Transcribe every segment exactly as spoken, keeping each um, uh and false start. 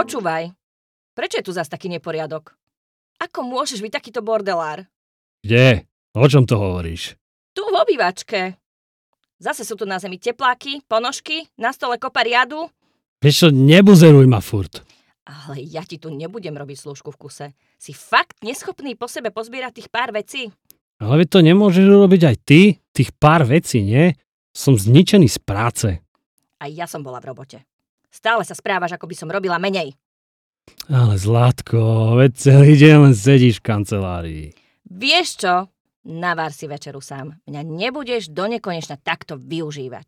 Počúvaj, prečo je tu zas taký neporiadok? Ako môžeš byť takýto bordelár? Kde? O čom to hovoríš? Tu v obývačke. Zase sú tu na zemi tepláky, ponožky, na stole kopa riadu. Vieš čo, nebuzeruj ma furt. Ale ja ti tu nebudem robiť slúžku v kuse. Si fakt neschopný po sebe pozbierať tých pár vecí? Ale to nemôžeš urobiť aj ty? Tých pár vecí, nie? Som zničený z práce. Aj ja som bola v robote. Stále sa správaš, ako by som robila menej. Ale Zlatko, veď celý deň len sedíš v kancelárii. Vieš čo? Navár si večeru sám. Mňa nebudeš donekonečna takto využívať.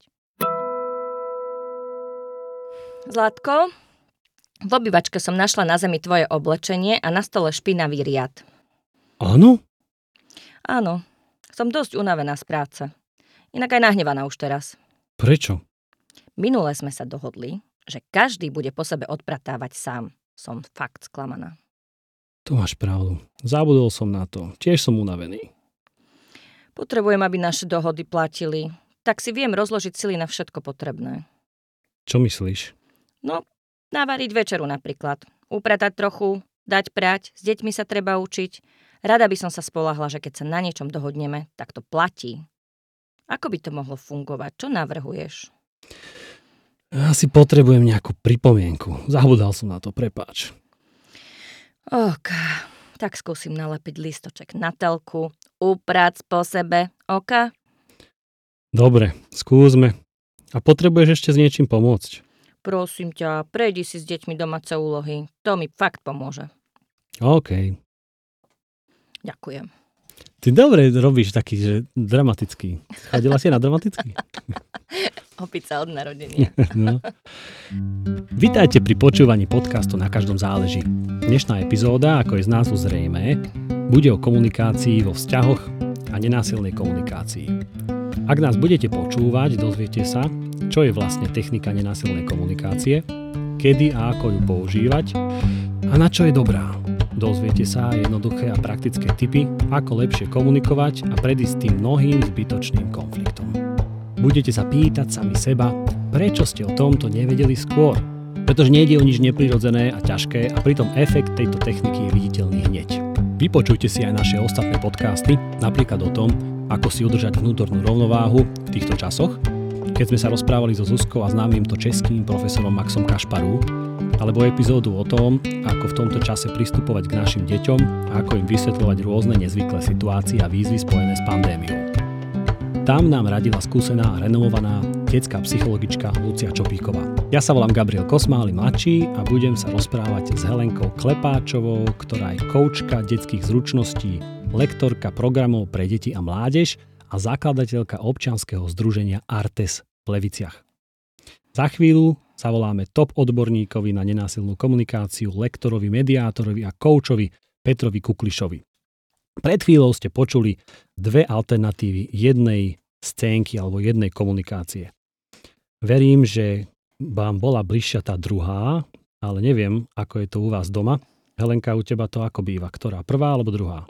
Zlatko, v obývačke som našla na zemi tvoje oblečenie a na stole špinavý riad. Áno? Áno, som dosť unavená z práce. Inak aj nahnevaná už teraz. Prečo? Minule sme sa dohodli, že každý bude po sebe odpratávať sám. Som fakt sklamaná. To máš pravdu. Zabudol som na to. Tiež som unavený. Potrebujem, aby naše dohody platili. Tak si viem rozložiť sily na všetko potrebné. Čo myslíš? No, navariť večeru napríklad. Upratať trochu, dať prať, s deťmi sa treba učiť. Rada by som sa spoľahla, že keď sa na niečom dohodneme, tak to platí. Ako by to mohlo fungovať? Čo navrhuješ? Asi potrebujem nejakú pripomienku. Zabudal som na to, prepáč. Ok, tak skúsim nalepiť listoček na telku, uprať po sebe, ok? Dobre, skúsme. A potrebuješ ešte s niečím pomôcť? Prosím ťa, prejdi si s deťmi domáce úlohy. To mi fakt pomôže. OK. Ďakujem. Ty dobre robíš taký, že dramatický. Chodila si na dramatický? Opica od narodenia. No. Vítajte pri počúvaní podcastu Na každom záleží. Dnešná epizóda, ako je z názvu zrejmé, bude o komunikácii vo vzťahoch a nenásilnej komunikácii. Ak nás budete počúvať, dozviete sa, čo je vlastne technika nenásilnej komunikácie, kedy a ako ju používať a na čo je dobrá. Dozviete sa jednoduché a praktické tipy, ako lepšie komunikovať a predísť tým mnohým zbytočným konfliktom. Budete sa pýtať sami seba, prečo ste o tomto nevedeli skôr. Pretože nejde o nič neprirodzené a ťažké a pritom efekt tejto techniky je viditeľný hneď. Vypočujte si aj naše ostatné podcasty, napríklad o tom, ako si udržať vnútornú rovnováhu v týchto časoch, keď sme sa rozprávali so Zuzkou a známym to českým profesorom Maxom Kašparu, alebo epizódu o tom, ako v tomto čase pristupovať k našim deťom a ako im vysvetľovať rôzne nezvyklé situácie a výzvy spojené s pandémiou. Tam nám radila skúsená a renomovaná detská psychologička Lucia Čopíková. Ja sa volám Gabriel Kosmály mladší a budem sa rozprávať s Helenkou Klepáčovou, ktorá je koučka detských zručností, lektorka programov pre deti a mládež a zakladateľka občianskeho združenia Artes v Leviciach. Za chvíľu sa voláme top odborníkovi na nenásilnú komunikáciu, lektorovi, mediátorovi a koučovi Petrovi Kuklišovi. Pred chvíľou ste počuli dve alternatívy jednej scénky alebo jednej komunikácie. Verím, že vám bola bližšia tá druhá, ale neviem, ako je to u vás doma. Helenka, u teba to ako býva? Ktorá? Prvá alebo druhá?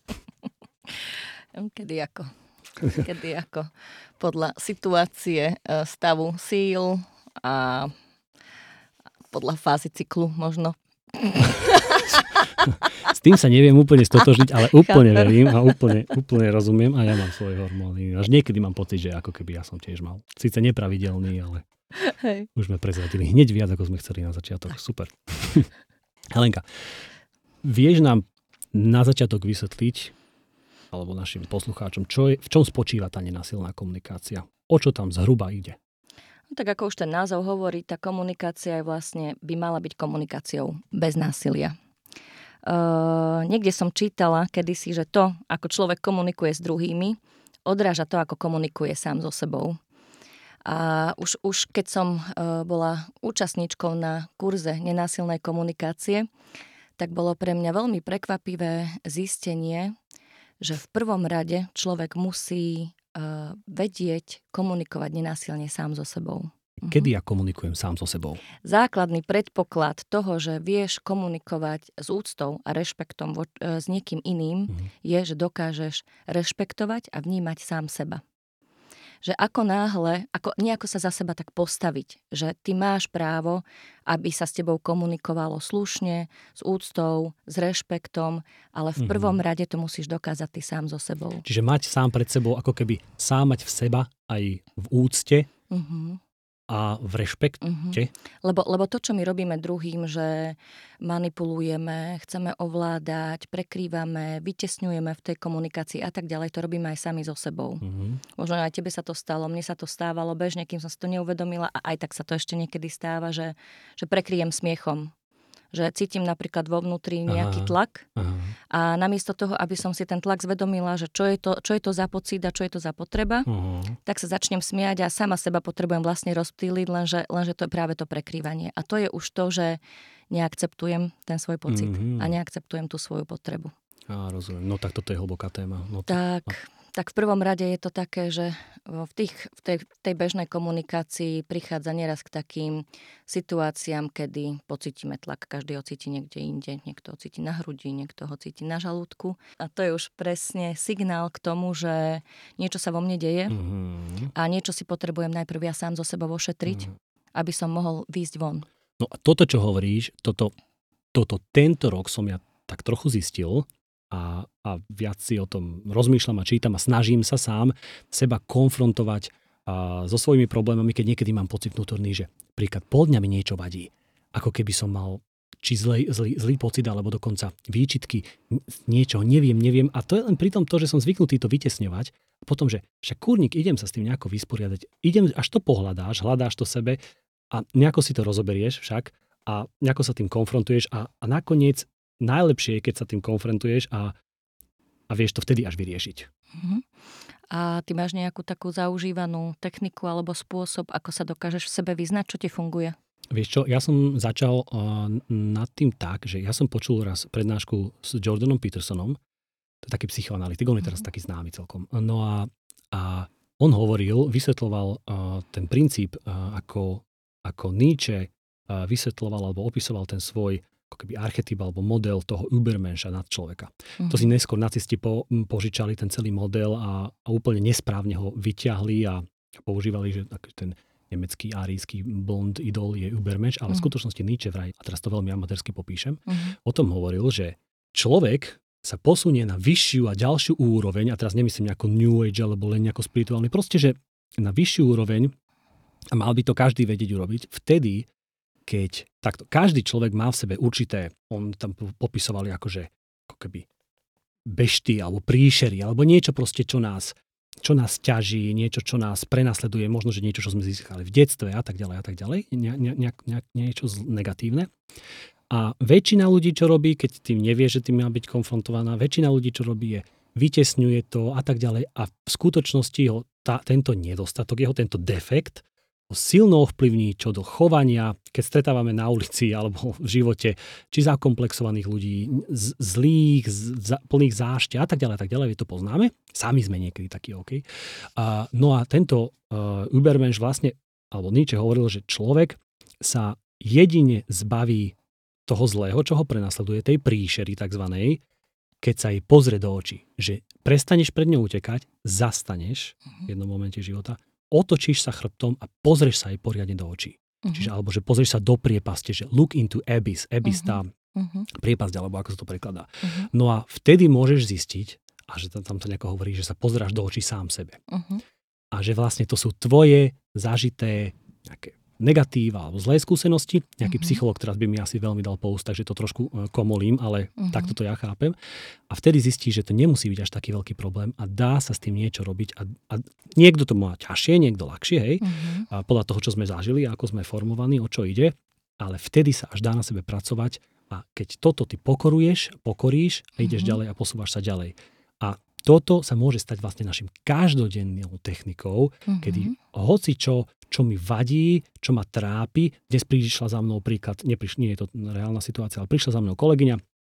Kedy ako? Kedy ako? Podľa situácie, stavu síl a podľa fázy cyklu možno. S tým sa neviem úplne stotožniť, ale úplne verím a úplne, úplne rozumiem a ja mám svoje hormóny. Až niekedy mám pocit, že ako keby ja som tiež mal. Síce nepravidelný, ale hej. Už sme prezradili hneď viac, ako sme chceli na začiatok. Super. Helenka, vieš nám na začiatok vysvetliť, alebo našim poslucháčom, čo je, v čom spočíva tá nenásilná komunikácia? O čo tam zhruba ide? No, tak ako už ten názov hovorí, tá komunikácia je vlastne, by mala byť komunikáciou bez násilia. Uh, niekde som čítala kedysi, že to, ako človek komunikuje s druhými, odráža to, ako komunikuje sám so sebou. A už, už keď som uh, bola účastníčkou na kurze nenásilnej komunikácie, tak bolo pre mňa veľmi prekvapivé zistenie, že v prvom rade človek musí uh, vedieť komunikovať nenásilne sám so sebou. Kedy ja komunikujem sám so sebou? Základný predpoklad toho, že vieš komunikovať s úctou a rešpektom vo, uh, s niekým iným, mm. je, že dokážeš rešpektovať a vnímať sám seba. že ako náhle, ako, nejako sa za seba tak postaviť, že ty máš právo, aby sa s tebou komunikovalo slušne, s úctou, s rešpektom, ale v prvom mm-hmm. rade to musíš dokázať ty sám so sebou. Čiže mať sám pred sebou, ako keby sám mať v seba aj v úcte, mm-hmm. a v rešpekte. Mm-hmm. Lebo, lebo to, čo my robíme druhým, že manipulujeme, chceme ovládať, prekrývame, vytesňujeme v tej komunikácii a tak ďalej, to robíme aj sami so sebou. Mm-hmm. Možno aj tebe sa to stalo, mne sa to stávalo bežne, kým som si to neuvedomila a aj tak sa to ešte niekedy stáva, že, že prekryjem smiechom. Že cítim napríklad vo vnútri nejaký aha, tlak aha. a namiesto toho, aby som si ten tlak zvedomila, že čo je to, čo je to za pocit a čo je to za potreba, aha. tak sa začnem smiať a sama seba potrebujem vlastne rozptýliť, lenže, lenže to je práve to prekrývanie. A to je už to, že neakceptujem ten svoj pocit mm-hmm. a neakceptujem tú svoju potrebu. Á, rozumiem. No tak toto je hlboká téma. No, tak... No. Tak v prvom rade je to také, že v, tých, v, tej, v tej bežnej komunikácii prichádza nieraz k takým situáciám, kedy pocítime tlak. Každý ho cíti niekde inde, niekto ho cíti na hrudi, niekto ho cíti na žalúdku. A to je už presne signál k tomu, že niečo sa vo mne deje mm-hmm. a niečo si potrebujem najprv ja sám zo seba ošetriť, mm-hmm. aby som mohol výjsť von. No a toto, čo hovoríš, toto, toto tento rok som ja tak trochu zistil, A, a viac si o tom rozmýšľam a čítam a snažím sa sám seba konfrontovať a, so svojimi problémami, keď niekedy mám pocit vnútorný, že príklad pol dňa mi niečo vadí. Ako keby som mal či zlý, zlý, zlý pocit, alebo dokonca výčitky, niečo, neviem, neviem. A to je len pri tom to, že som zvyknutý to vytesňovať. A potom, že však kurník, idem sa s tým nejako vysporiadať. Idem, až to pohľadáš, hľadáš to sebe a nejako si to rozoberieš však a nejako sa tým konfrontuješ a, a nakoniec najlepšie je, keď sa tým konfrontuješ a, a vieš to vtedy až vyriešiť. Uh-huh. A ty máš nejakú takú zaužívanú techniku alebo spôsob, ako sa dokážeš v sebe vyznať, čo ti funguje? Vieš čo, ja som začal uh, nad tým tak, že ja som počul raz prednášku s Jordanom Petersonom, to je taký psychoanalytik, on je teraz uh-huh. taký známy celkom. No a, a on hovoril, vysvetľoval uh, ten princíp, uh, ako, ako Nietzsche uh, vysvetľoval alebo opisoval ten svoj ako keby archetyp alebo model toho Übermenša nad človeka. Mm-hmm. To si neskôr nacisti po, požičali ten celý model a, a úplne nesprávne ho vyťahli a používali, že ten nemecký árijský blond idol je Übermensch, ale mm-hmm. v skutočnosti Nietzsche vraj, a teraz to veľmi amatérsky popíšem, mm-hmm. o tom hovoril, že človek sa posunie na vyššiu a ďalšiu úroveň, a teraz nemyslím nejako New Age alebo len nejako spirituálny, proste, že na vyššiu úroveň, a mal by to každý vedieť urobiť, vtedy, keď takto, každý človek má v sebe určité, on tam popisovali akože ako keby bešty alebo príšery, alebo niečo proste, čo nás, čo nás ťaží, niečo, čo nás prenasleduje, možno, že niečo, čo sme získali v detstve a tak ďalej a tak ďalej, ne, ne, ne, ne, niečo negatívne. A väčšina ľudí, čo robí, keď tým nevie, že tým má byť konfrontovaná, väčšina ľudí, čo robí, je vytesňuje to a tak ďalej a v skutočnosti ho tá, tento nedostatok, jeho tento defekt silno ovplyvní čo do chovania, keď stretávame na ulici alebo v živote, či zakomplexovaných ľudí, z, zlých, z, plných zášťa a tak ďalej, a tak ďalej, to poznáme. Sami sme niekedy takí, OK. Uh, no a tento uh, Übermensch vlastne, alebo Nietzsche hovoril, že človek sa jedine zbaví toho zlého, čo ho prenasleduje, tej príšery takzvanej, keď sa jej pozrie do očí. Že prestaneš pred ňou utekať, zastaneš v jednom momente života, otočíš sa chrbtom a pozrieš sa jej poriadne do očí. Uh-huh. Čiže, alebo že pozrieš sa do priepaste, že look into abyss, abyss uh-huh. tá uh-huh. priepasť, alebo ako sa to prekladá. Uh-huh. No a vtedy môžeš zistiť, a že tam to nejako hovorí, že sa pozráš do očí sám sebe. Uh-huh. A že vlastne to sú tvoje zažité nejaké negatíva alebo zlé skúsenosti. Nejaký uh-huh. psychológ teraz by mi asi veľmi dal poust, takže to trošku komolím, ale uh-huh. takto to ja chápem. A vtedy zistíš, že to nemusí byť až taký veľký problém a dá sa s tým niečo robiť. A, a niekto to má ťažšie, niekto ľahšie, hej. Uh-huh. A podľa toho, čo sme zažili, ako sme formovaní, o čo ide. Ale vtedy sa až dá na sebe pracovať a keď toto ty pokoruješ, pokoríš a ideš uh-huh. ďalej a posúvaš sa ďalej. A toto sa môže stať vlastne našim každodennou technikou, uh-huh. kedy hoci čo, čo mi vadí, čo ma trápi. Dnes prišla za mnou príklad, nepriš, nie je to reálna situácia, ale prišla za mnou kolegyňa,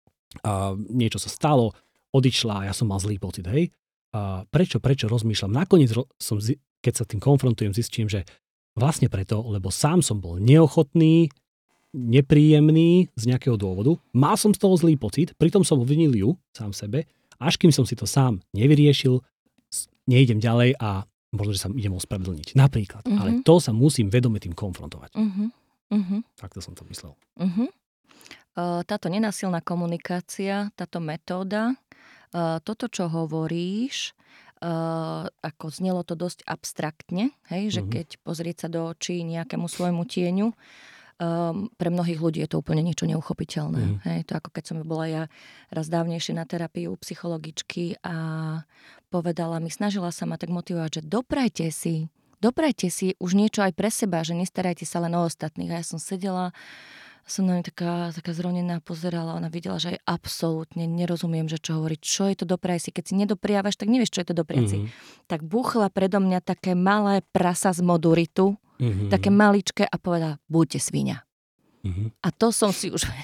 a niečo sa stalo, odišla a ja som mal zlý pocit, hej. A prečo, prečo rozmýšľam? Nakoniec som, keď sa tým konfrontujem, zistím, že vlastne preto, lebo sám som bol neochotný, nepríjemný z nejakého dôvodu, mal som z toho zlý pocit, pritom som obvinil ju sám sebe, až kým som si to sám nevyriešil, nejdem ďalej a možno, že sa idem ospravedlniť. Napríklad. Uh-huh. Ale to sa musím vedome tým konfrontovať. Uh-huh. Uh-huh. Takto som to myslel. Uh-huh. Uh, táto nenásilná komunikácia, táto metóda, uh, toto, čo hovoríš, uh, ako znelo to dosť abstraktne, hej, že uh-huh. keď pozrieť sa do očí nejakému svojmu tieňu, Um, pre mnohých ľudí je to úplne niečo neuchopiteľné. Mm. Hej, to ako keď som bola ja raz dávnejšie na terapii u psychologičky a povedala mi, snažila sa ma tak motivovať, že doprajte si, doprajte si už niečo aj pre seba, že nestarajte sa len o ostatných. A ja som sedela, som na ňu taká, taká zronená, pozerala, ona videla, že aj absolútne nerozumiem, že čo hovorí, čo je to dopraj si. Keď si nedopriavaš, tak nevieš, čo je to dopraj si. Mm-hmm. Tak buchla predo mňa také malé prasa z moduritu, Mm-hmm. také maličké a povedala, buďte sviňa. Mm-hmm. A to som si už...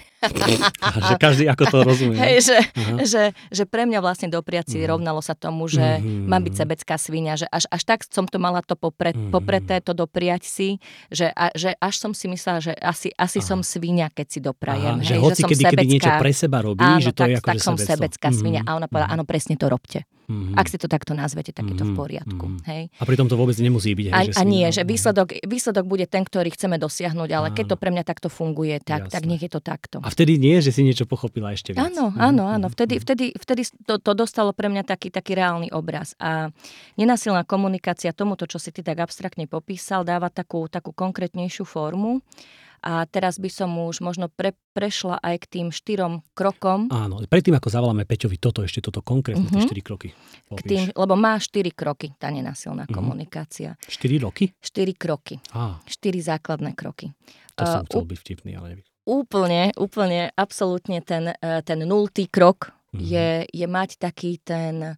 že každý ako to rozumie. Hej, že, že, že pre mňa vlastne dopriať si mm-hmm. rovnalo sa tomu, že mm-hmm. mám byť sebecká sviňa, že až, až tak som to mala to popre, mm-hmm. popreté, to dopriať si, že, a, že až som si myslela, že asi, asi som sviňa, keď si doprajem. Aha, hej, že hoci že som kedy, sebecká, kedy niečo pre seba robí, áno, že to tak, je ako tak že som sebectvo. sebecká mm-hmm. sviňa. A ona povedala, áno, presne to robte. Mm-hmm. Ak si to takto nazvete, tak je to v poriadku. Mm-hmm. Hej. A pritom to vôbec nemusí byť. Hej, a, že a nie, sviňa, že výsledok, výsledok bude ten, ktorý chceme dosiahnuť, ale áno. keď to pre mňa takto funguje, tak, tak nech je to takto. A vtedy nie, že si niečo pochopila ešte viac. Áno, áno, áno. Vtedy, vtedy, vtedy to, to dostalo pre mňa taký, taký reálny obraz. A nenásilná komunikácia tomuto, čo si ty tak abstraktne popísal, dáva takú, takú konkrétnejšiu formu. A teraz by som už možno pre, prešla aj k tým štyrom krokom. Áno, predtým ako zavoláme Peťovi toto, ešte toto konkrétne, uh-huh. tie štyri kroky. K tým, lebo má štyri kroky, tá nenásilná uh-huh. komunikácia. Štyri roky? Štyri kroky. Á. Štyri základné kroky. To som uh, chcel byť vtipný, ale neviem. Úplne, úplne, absolútne ten, ten nultý krok uh-huh. je, je mať taký ten,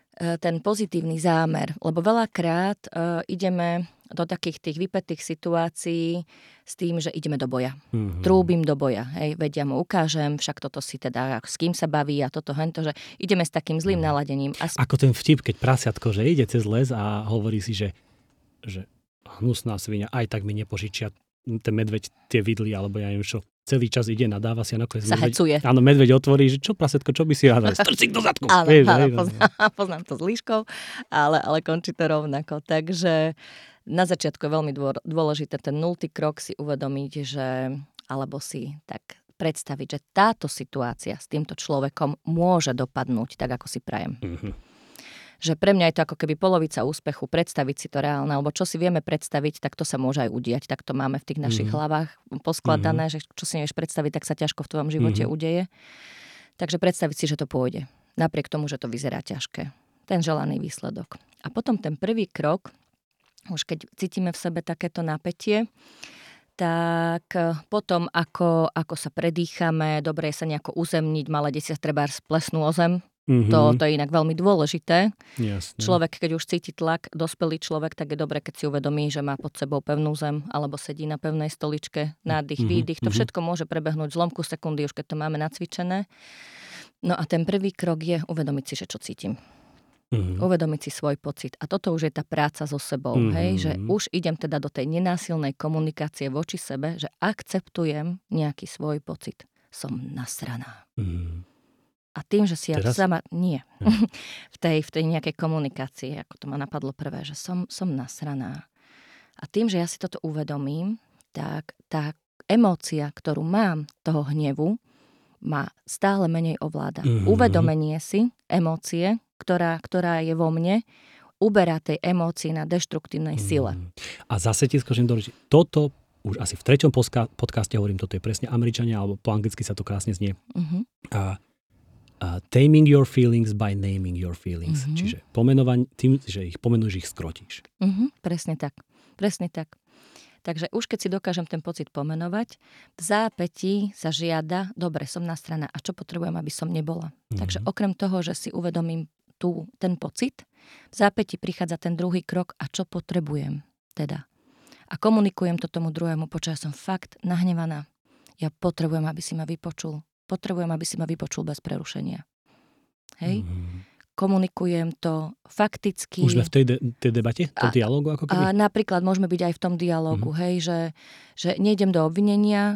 ten pozitívny zámer. Lebo veľakrát uh, ideme do takých tých vypätých situácií s tým, že ideme do boja. Mm-hmm. Trúbim do boja. Hej, veď ja mu ukážem, však toto si teda, s kým sa baví a toto hento, že ideme s takým zlým naladením. A sp- Ako ten vtip, keď prasiatko, že ide cez les a hovorí si, že, že hnusná svinia, aj tak mi nepožičia ten medveď tie vidly, alebo ja neviem čo. Celý čas ide, nadáva si a nakoniec sa medveď, hecuje. Áno, medveď otvorí, že čo prasiatko, čo by si hádal? Strčík do zadku. Áno, Vieš, áno hej, poznám, poznám to s líškou, ale, ale končí to rovnako. Takže na začiatku je veľmi dôležité ten nultý krok si uvedomiť, že, alebo si tak predstaviť, že táto situácia s týmto človekom môže dopadnúť tak, ako si prajem. Mm-hmm. Že pre mňa je to ako keby polovica úspechu, predstaviť si to reálne, alebo čo si vieme predstaviť, tak to sa môže aj udiať. Tak to máme v tých našich mm-hmm. hlavách poskladané, mm-hmm. že čo si nevieš predstaviť, tak sa ťažko v tvojom živote mm-hmm. udeje. Takže predstaviť si, že to pôjde. Napriek tomu, že to vyzerá ťažké. Ten želaný výsledok. A potom ten prvý krok, už keď cítime v sebe takéto napätie, tak potom, ako, ako sa predýchame, dobre je sa nejako uzemniť, malé deti sa treba splesnú o zem. Mm-hmm. To, to je inak veľmi dôležité. Jasne. Človek, keď už cíti tlak, dospelý človek, tak je dobre, keď si uvedomí, že má pod sebou pevnú zem, alebo sedí na pevnej stoličke, nádych, mm-hmm. výdych. To všetko môže prebehnúť v zlomku sekundy, už keď to máme nacvičené. No a ten prvý krok je uvedomiť si, že čo cítim. Mm-hmm. Uvedomiť si svoj pocit. A toto už je tá práca so sebou, mm-hmm. hej, že už idem teda do tej nenásilnej komunikácie voči sebe, že akceptujem nejaký svoj pocit. Som nasraná. Mm-hmm. A tým, že si ja sama... Nie. Ja. v, tej, v tej nejakej komunikácii, ako to ma napadlo prvé, že som, som nasraná. A tým, že ja si toto uvedomím, tak tá emócia, ktorú mám toho hnevu, ma stále menej ovláda. Mm-hmm. Uvedomenie si emócie, ktorá, ktorá je vo mne, uberá tej emócii na deštruktívnej sile. Mm. A zase ti skočím do reči. Toto už asi v treťom podcaste hovorím, toto je presne Američania, alebo po anglicky sa to krásne znie. Mm-hmm. A, a taming your feelings by naming your feelings. Mm-hmm. Čiže pomenovanie, tým, že ich pomenuješ, ich skrotíš. Mm-hmm. Presne tak. Presne tak. Takže už keď si dokážem ten pocit pomenovať, v zápätí sa žiada, dobre, som nasraná, a čo potrebujem, aby som nebola. Mm-hmm. Takže okrem toho, že si uvedomím tú, ten pocit, v zápätí prichádza ten druhý krok, a čo potrebujem teda. A komunikujem to tomu druhému, počuť, som fakt nahnevaná. Ja potrebujem, aby si ma vypočul. Potrebujem, aby si ma vypočul bez prerušenia. Hej? Mm-hmm. Komunikujem to fakticky. Už sme v tej, de- tej debate, v tom dialógu ako keby? A napríklad môžeme byť aj v tom dialógu, mm-hmm. hej, že, že nejdem do obvinenia,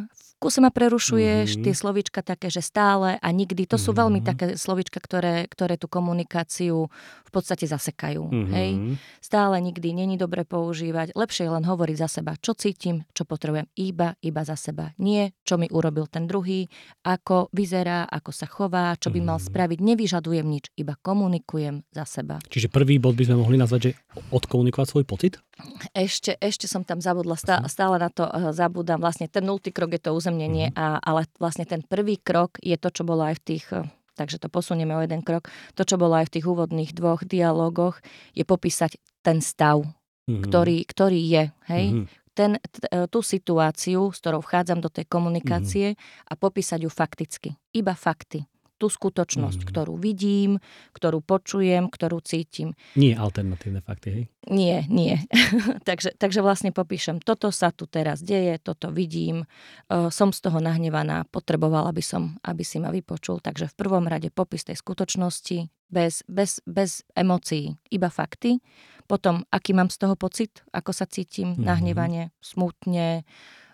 kuse ma prerušuješ, Mm-hmm. tie slovíčka také, že stále a nikdy, to sú Mm-hmm. veľmi také slovíčka, ktoré, ktoré tú komunikáciu v podstate zasekajú. Mm-hmm. Hej? Stále, nikdy, není dobre používať. Lepšie je len hovoriť za seba, čo cítim, čo potrebujem, iba, iba za seba. Nie, čo mi urobil ten druhý, ako vyzerá, ako sa chová, čo by mal Mm-hmm. spraviť. Nevyžadujem nič, iba komunikujem za seba. Čiže prvý bod by sme mohli nazvať, že odkomunikovať svoj pocit? Ešte, ešte som tam zabudla, stále, stále na to uh, zabudám. Vlastne ten nultý krok je to uzemnenie, Mm-hmm. a, ale vlastne ten prvý krok je to, čo bolo aj v tých, uh, takže to posunieme o jeden krok, to, čo bolo aj v tých úvodných dvoch dialógoch, je popísať ten stav, Mm-hmm. ktorý, ktorý je, hej? Mm-hmm. Ten, t, tú situáciu, s ktorou vchádzam do tej komunikácie mm-hmm. a popísať ju fakticky. Iba fakty. Tú skutočnosť, Mm-hmm. ktorú vidím, ktorú počujem, ktorú cítim. Nie alternatívne fakty, hej? Nie, nie. takže, takže vlastne popíšem, toto sa tu teraz deje, toto vidím, uh, som z toho nahnevaná, potrebovala by som, aby si ma vypočul. Takže v prvom rade popis tej skutočnosti, bez, bez, bez emócií, iba fakty. Potom, aký mám z toho pocit, ako sa cítim, Mm-hmm. nahnevanie, smutne,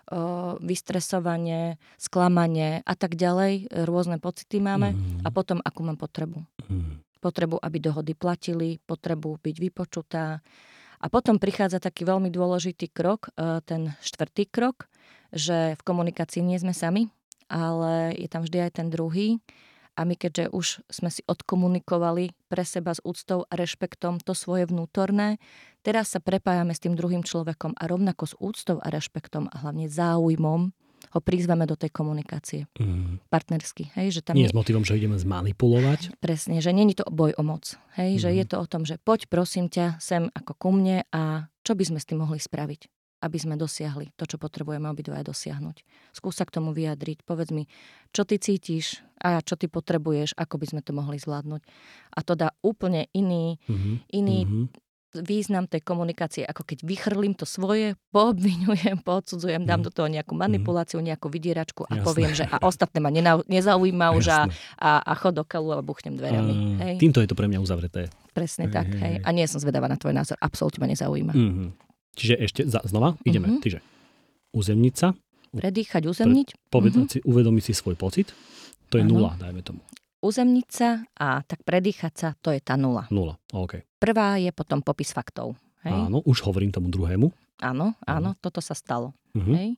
vystresovanie, sklamanie a tak ďalej. Rôzne pocity máme. Mm-hmm. A potom, akú mám potrebu. Mm-hmm. Potrebu, aby dohody platili, potrebu byť vypočutá. A potom prichádza taký veľmi dôležitý krok, ten štvrtý krok, že v komunikácii nie sme sami, ale je tam vždy aj ten druhý. A my, keďže už sme si odkomunikovali pre seba s úctou a rešpektom to svoje vnútorné, teraz sa prepájame s tým druhým človekom a rovnako s úctou a rešpektom a hlavne záujmom ho prizveme do tej komunikácie. Mm. Partnersky. Hej, že tam Nie je, s motivom, že ideme zmanipulovať. presne, že nie je to boj o moc. Hej, Mm. že je to o tom, že poď prosím ťa sem ako ku mne a čo by sme s tým mohli spraviť, aby sme dosiahli to, čo potrebujeme obidvaja dosiahnuť. Skús sa k tomu vyjadriť. Povedz mi, čo ty cítiš a čo ty potrebuješ, ako by sme to mohli zvládnuť. A to dá úplne iný, Mm-hmm. iný Mm-hmm. význam tej komunikácie, ako keď vychrlím to svoje, poobviňujem, poodsudzujem, dám Mhm. do toho nejakú manipuláciu, nejakú vydieračku a Jasné. poviem, že a ostatné ma nena- nezaujíma už a, Jasné. a, a chod do kalu a buchnem dverami. A Hej? týmto je to pre mňa uzavreté. Presne Hej, tak. hej, Hej. hej. A nie som zvedavá na tvoj názor. Absolútne ma nezaujíma. Mm-hmm. Čiže ešte za, znova ideme. Mhm. Čiže uzemniť sa, Predýchať, uzemniť. povedať Mhm. si, uvedomiť si svoj pocit, to je Áno. nula, dajme tomu. Uzemniť sa a tak predýchať sa, to je tá nula. Nula, OK. Prvá je potom popis faktov. Hej? Áno, už hovorím tomu druhému. Áno, áno, toto sa stalo. Mhm. Hej?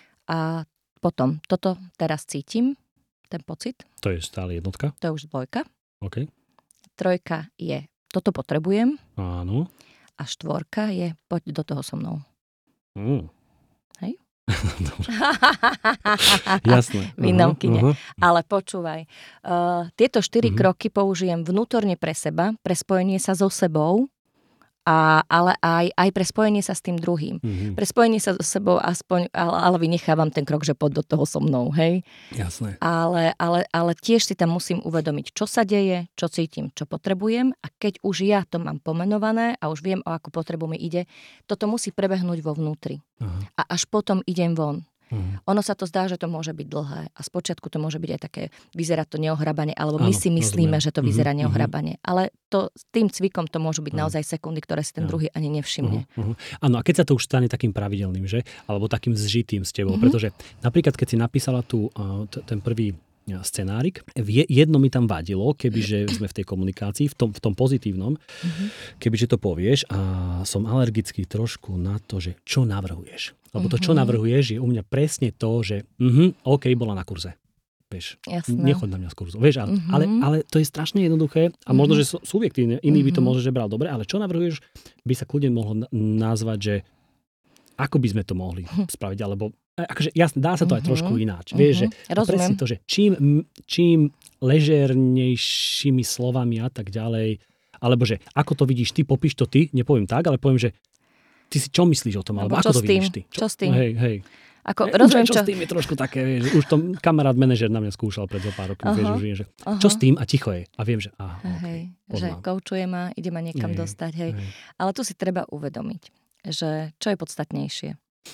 A potom, toto teraz cítim, ten pocit, To je stále jednotka. to je už dvojka. OK. Trojka je, toto potrebujem. Áno. A štvorka je, poď do toho so mnou. Mm. Hej? Dobre. Jasné. V inom kine. aha. Ale počúvaj, uh, tieto štyri Mhm. kroky použijem vnútorne pre seba, pre spojenie sa so sebou, a, ale aj, aj pre spojenie sa s tým druhým. Mhm. Pre spojenie sa so sebou aspoň, ale, ale vynechávam ten krok, že poď do toho so mnou, hej. Jasné. Ale, ale, ale tiež si tam musím uvedomiť, čo sa deje, čo cítim, čo potrebujem a keď už ja to mám pomenované a už viem, o akú potrebu mi ide, toto musí prebehnúť vo vnútri. Aha. A až potom idem von. Mhm. Ono sa to zdá, že to môže byť dlhé a spočiatku to môže byť aj také, vyzerá to neohrabane, alebo my Áno, si myslíme, rozumiem. že to vyzerá Mhm, neohrabane. Ale to, tým cvikom to môžu byť Áno. naozaj sekundy, ktoré si ten Áno. druhý ani nevšimne. Uh-huh, uh-huh. Áno, a keď sa to už stane takým pravidelným, že? Alebo takým zžitým s tebou, Mhm. pretože napríklad, keď si napísala tu uh, t- ten prvý uh, scenárik, je, jedno mi tam vadilo, kebyže sme v tej komunikácii, v tom, v tom pozitívnom, Mhm. kebyže to povieš a som alergický trošku na to, že čo navrhuješ. Lebo to, čo Mhm. navrhuješ, je u mňa presne to, že uh-huh, OK, bola na kurze. Vieš, Jasné. nechoď na mňa z kurzu. Vieš, ale, Mhm. ale, ale to je strašne jednoduché a možno, že sú- subjektívne, iný by to Mhm. možno, že bral dobre, ale čo navrhuješ, by sa kľudne mohlo na- nazvať, že ako by sme to mohli spraviť, alebo e, akože jasne, dá sa to aj Mhm. trošku ináč. Vieš, že a Rozumiem. presne to, že čím, čím ležernejšími slovami a tak ďalej, alebo že ako to vidíš ty, popíš to ty, nepoviem tak, ale poviem, že ty si čo myslíš o tom, alebo, Alebo ako čo to s tým? vidíš ty. Čo s tým? Hej, hej. Ako, E, rozumiem, už, čo čo... s tým je trošku také, vieš, už to kamarát manažer na mňa skúšal pred zo pár rokov, vieš, Aha. už viem, že Aha. čo s tým a ticho je. A viem, že aha, Hej, okay, že poznám. koučuje ma, ide ma niekam Hej, dostať. Hej. hej. Ale tu si treba uvedomiť, že čo je podstatnejšie.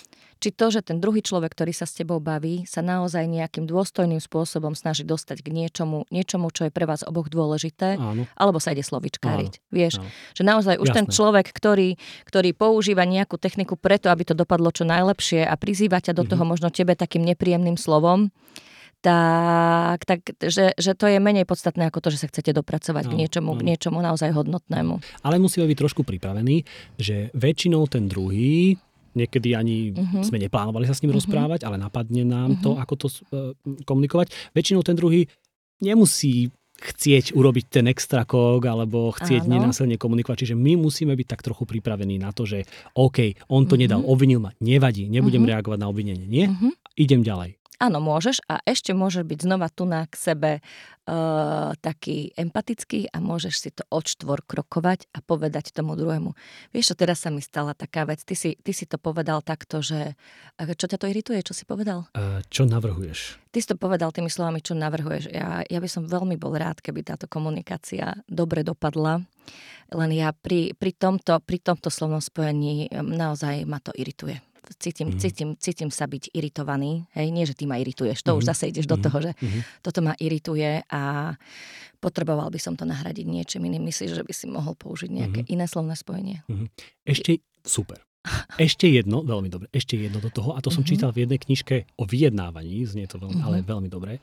či to, že ten druhý človek, ktorý sa s tebou baví, sa naozaj nejakým dôstojným spôsobom snaží dostať k niečomu, niečomu, čo je pre vás oboch dôležité, áno. alebo sa ide slovičkáriť. Áno. Vieš, áno. že naozaj už Jasné. ten človek, ktorý, ktorý používa nejakú techniku preto, aby to dopadlo čo najlepšie a prizýva ťa do toho Mhm. možno tebe takým nepríjemným slovom, tak, tak že, že to je menej podstatné ako to, že sa chcete dopracovať Áno, k niečomu, áno. k niečomu naozaj hodnotnému. Ale musíme byť trošku pripravení, že väčšinou ten druhý, niekedy ani Mhm. sme neplánovali sa s ním Mhm. rozprávať, ale napadne nám Mhm. to, ako to uh, komunikovať. Väčšinou ten druhý nemusí chcieť urobiť ten extra kók alebo chcieť Áno. nenásilne komunikovať. Čiže my musíme byť tak trochu pripravení na to, že OK, on to Mhm. nedal, obvinil ma, nevadí, nebudem Mhm. reagovať na obvinenie. Nie, Mhm. idem ďalej. Áno, môžeš a ešte môžeš byť znova tu na k sebe uh, taký empatický a môžeš si to odštvorkrokovať a povedať tomu druhému. Vieš čo, teraz sa mi stala taká vec, ty si, ty si to povedal takto, že čo ťa to irituje, čo si povedal? Uh, čo navrhuješ? Ty si to povedal tými slovami, čo navrhuješ. Ja, ja by som veľmi bol rád, keby táto komunikácia dobre dopadla, len ja pri, pri, tomto, pri tomto slovnom spojení naozaj ma to irituje. Cítim, Mhm. cítim, cítim sa byť iritovaný. Hej, nie, že ty ma irituješ, to Mhm. už zase ideš do Mhm. toho, že Mhm. toto ma irituje a potreboval by som to nahradiť niečím iným. Myslíš, že by si mohol použiť nejaké Mhm. iné slovné spojenie? Ešte, super. Ešte jedno, veľmi dobre, ešte jedno do toho, a to som Mhm. čítal v jednej knižke o vyjednávaní, znie to veľmi, Mhm. ale veľmi dobre.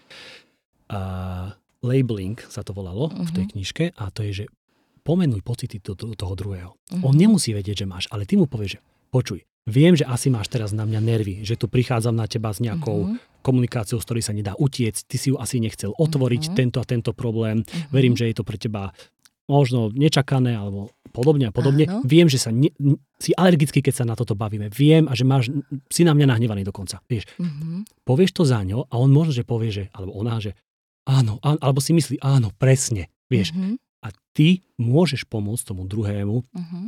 Uh, labeling sa to volalo v tej Mhm. knižke, a to je, že pomenuj pocity do, do toho druhého. Mhm. On nemusí vedieť, že máš, ale ty mu povieš, že počuj, viem, že asi máš teraz na mňa nervy, že tu prichádzam na teba s nejakou Mhm. komunikáciou, z ktorej sa nedá utiecť, ty si ju asi nechcel otvoriť, Mhm. tento a tento problém, Mhm. verím, že je to pre teba možno nečakané, alebo podobne a podobne. Áno. Viem, že sa ne, si alergický, keď sa na toto bavíme. Viem a že máš, si na mňa nahnevaný dokonca. Vieš, Mhm. povieš to za ňo a on možno, že povie, že, alebo ona, že áno, áno, alebo si myslí, áno, presne. Vieš, Mhm. a ty môžeš pomôcť tomu druhému Mhm.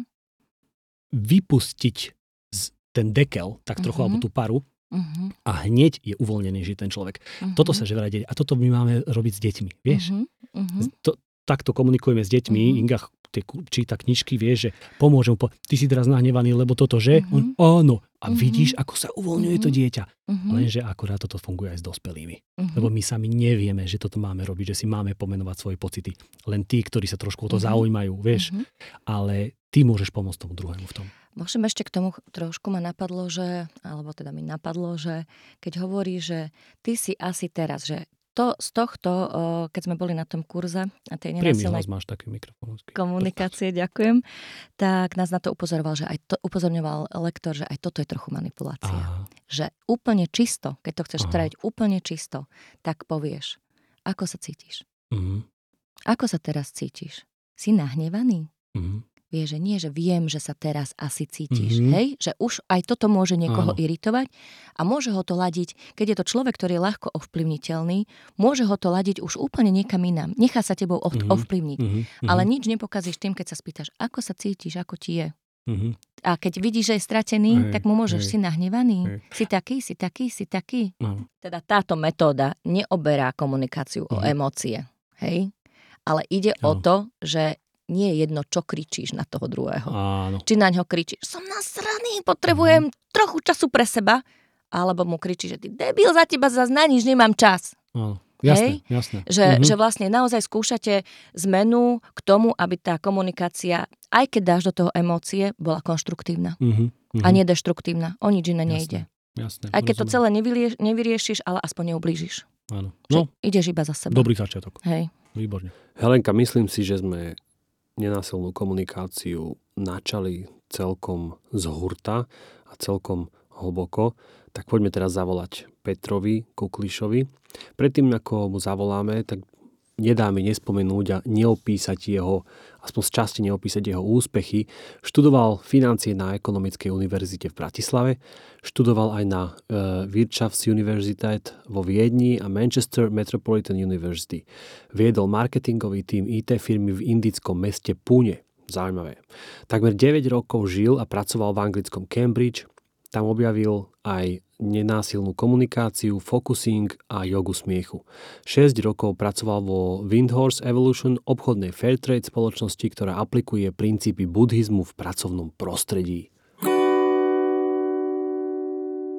vypustiť z- ten dekel, tak trochu, Mhm. alebo tú paru, Mhm. a hneď je uvoľnenejší ten človek. Mhm. Toto sa že vraj deje. A toto my máme robiť s deťmi. Vieš? Mhm. Mhm. To, takto komunikujeme s deťmi. Mhm. Inga ch- tie ku- číta knižky, vieš, že pomôžem, po, ty si teraz nahnevaný, lebo toto, že? Mhm. On, áno. A Mhm. vidíš, ako sa uvoľňuje to Mhm. dieťa. Mhm. Lenže akurát toto funguje aj s dospelými. Mhm. Lebo my sami nevieme, že toto máme robiť, že si máme pomenovať svoje pocity. Len tí, ktorí sa trošku o to Mhm. zaujímajú, vieš. Mhm. Ale ty môžeš pomôcť tomu druhému v tom. Môžem ešte k tomu trošku ma napadlo, že, alebo teda mi napadlo, že keď hovorí, že ty si asi teraz, že to z tohto, o, keď sme boli na tom kurze a tej Príjemný nenásilnej hlas máš taký mikrofón. komunikácie, ďakujem, tak nás na to upozoroval, že aj to, upozorňoval lektor, že aj toto je trochu manipulácia. Aha. Že úplne čisto, keď to chceš Aha. spraviť úplne čisto, tak povieš, ako sa cítiš? Mhm. Ako sa teraz cítiš? Si nahnevaný? Mhm. Vieš, že nie, že viem, že sa teraz asi cítiš, Mhm. hej? Že už aj toto môže niekoho Áno. iritovať a môže ho to ladiť, keď je to človek, ktorý je ľahko ovplyvniteľný, môže ho to ladiť už úplne niekam inám. Nechá sa tebou ov- Mhm. ovplyvniť. Mhm. Ale nič nepokazíš tým, keď sa spýtaš, ako sa cítiš, ako ti je. Mhm. A keď vidíš, že je stratený, Hej, tak mu môžeš, hej. si nahnevaný, Hej. si taký, si taký, si taký. Áno. Teda táto metóda neoberá komunikáciu o Mhm. emócie, hej? Ale ide o Áno. to, že nie je jedno, čo kričíš na toho druhého. Áno. Či na ňo kričíš, som nasraný, potrebujem Mhm. trochu času pre seba, alebo mu kričíš, že ty debil, za teba zase na nič nemám čas. Áno. Jasné, Hej? jasné. Že, Mhm. že vlastne naozaj skúšate zmenu k tomu, aby tá komunikácia, aj keď dáš do toho emócie, bola konštruktívna Mhm. Mhm. a nie deštruktívna. O nič iné nejde. Jasné. Aj keď to rozumiem. celé nevyrieš, nevyriešiš, ale aspoň neublížiš. Áno. Že No, ideš iba za seba. dobrý začiatok. Hej. Výborne. Helenka, myslím si, že sme nenásilnú komunikáciu načali celkom z hurta a celkom hlboko. Tak poďme teraz zavolať Petrovi Kuklišovi. Predtým, ako mu zavoláme, tak nedá mi nespomenúť a neopísať jeho, aspoň z časti neopísať jeho úspechy. Študoval financie na Ekonomickej univerzite v Bratislave, študoval aj na uh, Wirtschaftsuniversität vo Viedni a Manchester Metropolitan University. Viedol marketingový tím í té firmy v indickom meste Pune. Zaujímavé. Takmer deväť rokov žil a pracoval v anglickom Cambridge. Tam objavil aj nenásilnú komunikáciu, focusing a jogu smiechu. šesť rokov pracoval vo Windhorse Evolution, obchodnej fairtrade spoločnosti, ktorá aplikuje princípy buddhizmu v pracovnom prostredí.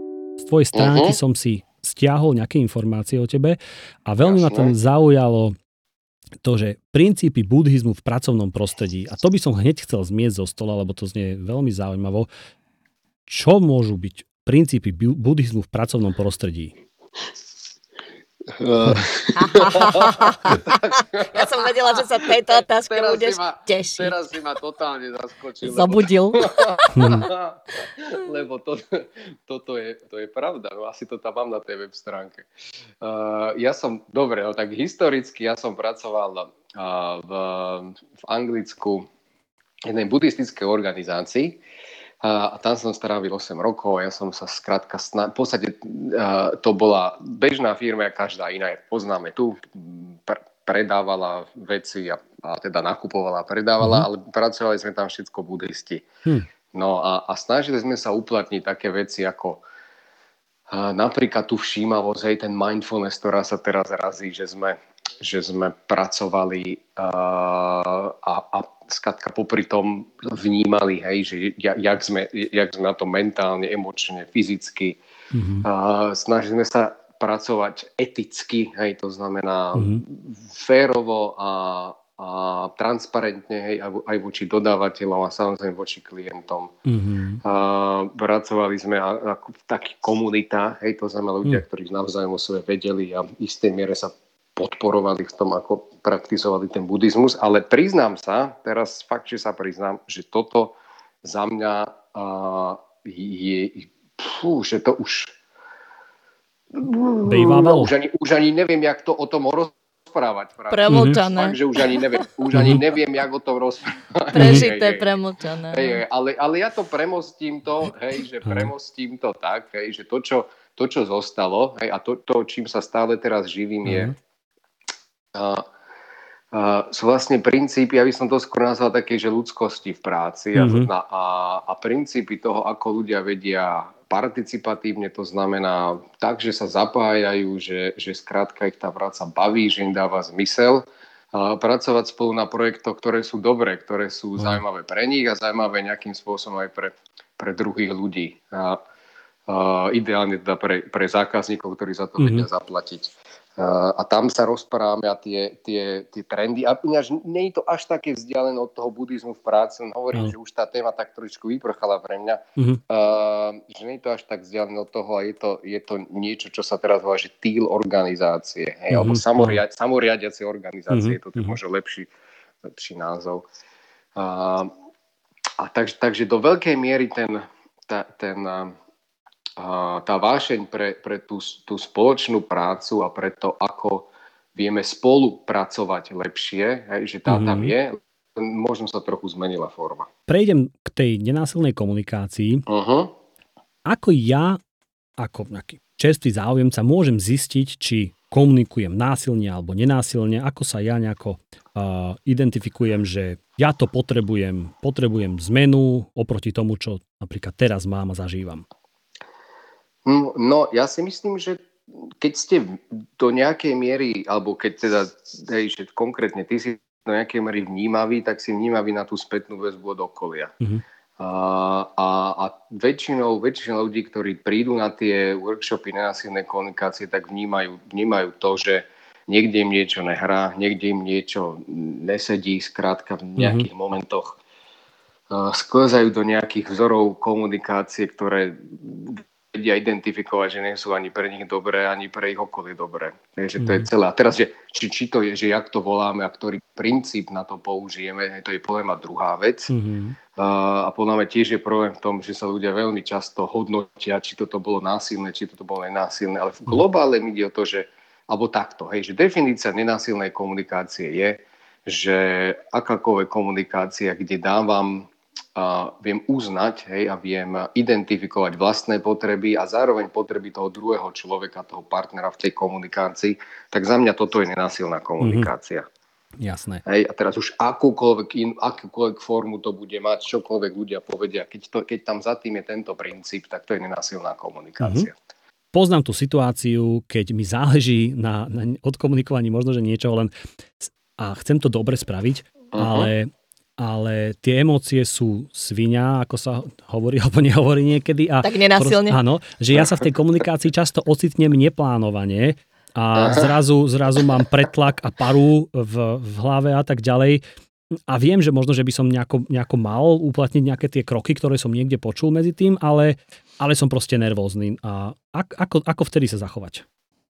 tvojej stránky uh-huh. som si stiahol nejaké informácie o tebe a veľmi Jasne. ma tam zaujalo to, že princípy buddhizmu v pracovnom prostredí. A to by som hneď chcel zmiesť zo stola, lebo to znie veľmi zaujímavo. Čo môžu byť princípy buddhizmu v pracovnom prostredí? Ja som vedela, že sa tejto otázke teraz budeš ma, tešiť. Teraz si ma totálne zaskočil. Zabudil. Lebo, lebo to, toto je, to je pravda. No, asi to tam mám na tej web stránke. Uh, ja som, dobre, no tak historicky ja som pracoval uh, v, v Anglicku jednej buddhistickej organizácii. A tam som strávil osem rokov a ja som sa skrátka, sna- v podstate uh, to bola bežná firma, jak každá iná, poznáme tu, pr- predávala veci a, a teda nakupovala a predávala, mm-hmm. ale pracovali sme tam všetko buddhisti. Hm. No a, a snažili sme sa uplatniť také veci ako uh, napríklad tú všímavosť, hej, ten mindfulness, ktorá sa teraz razí, že sme, že sme pracovali uh, a, a skrátka popri tom vnímali, hej, že jak sme, jak sme na to mentálne, emočne, fyzicky. Mm-hmm. Uh, snažili sme sa pracovať eticky, hej, to znamená mm-hmm. férovo a, a transparentne, hej, aj voči dodávateľom a samozrejme voči klientom. Mm-hmm. Uh, pracovali sme ako v takých komunitách, hej, to znamená ľudia, mm. ktorí navzájom o sebe vedeli a v istej miere sa podporovali v tom, ako praktizovali ten buddhizmus, ale priznám sa, teraz fakt, že sa priznám, že toto za mňa uh, je, fú, že to už Bejvávalo. Už ani, už ani neviem, jak to o tom rozprávať. Premočané. Fakt, že už ani neviem, už ani neviem, jak o tom rozprávať. Prežité, premočané. Hej, hej, ale, ale ja to premostím to, hej, že premostím to tak, hej, že to, čo, to, čo zostalo, hej, a to, to, čím sa stále teraz živím, je Uh, uh, sú vlastne princípy, ja by som to skôr nazval také, že ľudskosti v práci mm-hmm. a, a, a princípy toho, ako ľudia vedia participatívne, to znamená tak, že sa zapájajú, že, že skrátka ich tá práca baví, že im dáva zmysel. Uh, pracovať spolu na projektoch, ktoré sú dobré, ktoré sú mm. zaujímavé pre nich a zaujímavé nejakým spôsobom aj pre, pre druhých ľudí. Uh, uh, ideálne teda pre, pre zákazníkov, ktorí za to mm-hmm. vedia zaplatiť. Uh, a tam sa rozprávame a tie, tie, tie trendy. A ináč nie je to až také vzdialené od toho buddhizmu v práci. Hovorím, no. že už tá téma tak trošičku vyprchala pre mňa. Mm-hmm. Uh, že nie je to až tak vzdialené od toho a je to, je to niečo, čo sa teraz volá, že teal organizácie. Hej, mm-hmm. alebo samoria, samoriadiacie organizácie. Mm-hmm. To je možno lepší, lepší názov. Uh, a takže, takže do veľkej miery ten... Ta, ten uh, A tá vášeň pre, pre tú, tú spoločnú prácu a pre to, ako vieme spolupracovať lepšie, hej, že tá mm-hmm. tam je, možno sa trochu zmenila forma. Prejdem k tej nenásilnej komunikácii. Uh-huh. Ako ja, ako nejaký čerstvý záujemca, môžem zistiť, či komunikujem násilne alebo nenásilne, ako sa ja nejako uh, identifikujem, že ja to potrebujem, potrebujem zmenu oproti tomu, čo napríklad teraz mám a zažívam. No, ja si myslím, že keď ste do nejakej miery, alebo keď teda, hej, že konkrétne ty si do nejakej miery vnímavý, tak si vnímavý na tú spätnú väzbu od okolia. Mm-hmm. A, a, a väčšinou, väčšinou ľudí, ktorí prídu na tie workshopy nenásilnej komunikácie, tak vnímajú, vnímajú to, že niekde im niečo nehrá, niekde im niečo nesedí, skrátka v nejakých mm-hmm. momentoch uh, sklzajú do nejakých vzorov komunikácie, ktoré vedia identifikovať, že nie sú ani pre nich dobré, ani pre ich okolie dobré. Takže to je celé. A teraz, že, či, či to je, že jak to voláme a ktorý princíp na to použijeme, to je podľa mňa druhá vec. Mm-hmm. A podľa mňa tiež je problém v tom, že sa ľudia veľmi často hodnotia, či toto bolo násilné, či toto bolo nenásilné. Ale v globále mi ide o to, že, alebo takto, hej, že definícia nenásilnej komunikácie je, že akákoľvek komunikácia, kde dávam a viem uznať, hej, a viem identifikovať vlastné potreby a zároveň potreby toho druhého človeka, toho partnera v tej komunikácii, tak za mňa toto je nenásilná komunikácia. Mm-hmm. Jasné. Hej, a teraz už akúkoľvek, in, akúkoľvek formu to bude mať, čokoľvek ľudia povedia, keď, to, keď tam za tým je tento princíp, tak to je nenásilná komunikácia. Mm-hmm. Poznám tú situáciu, keď mi záleží na, na odkomunikovaní možno, že niečo len a chcem to dobre spraviť, uh-huh. ale ale tie emócie sú svinia, ako sa hovorí alebo nehovorí niekedy. A tak nenásilne. Prost, áno, že ja sa v tej komunikácii často ocitnem neplánovane a zrazu, zrazu mám pretlak a paru v, v hlave a tak ďalej. A viem, že možno, že by som nejako, nejako mal uplatniť nejaké tie kroky, ktoré som niekde počul medzi tým, ale, ale som proste nervózny. A ako, ako vtedy sa zachovať?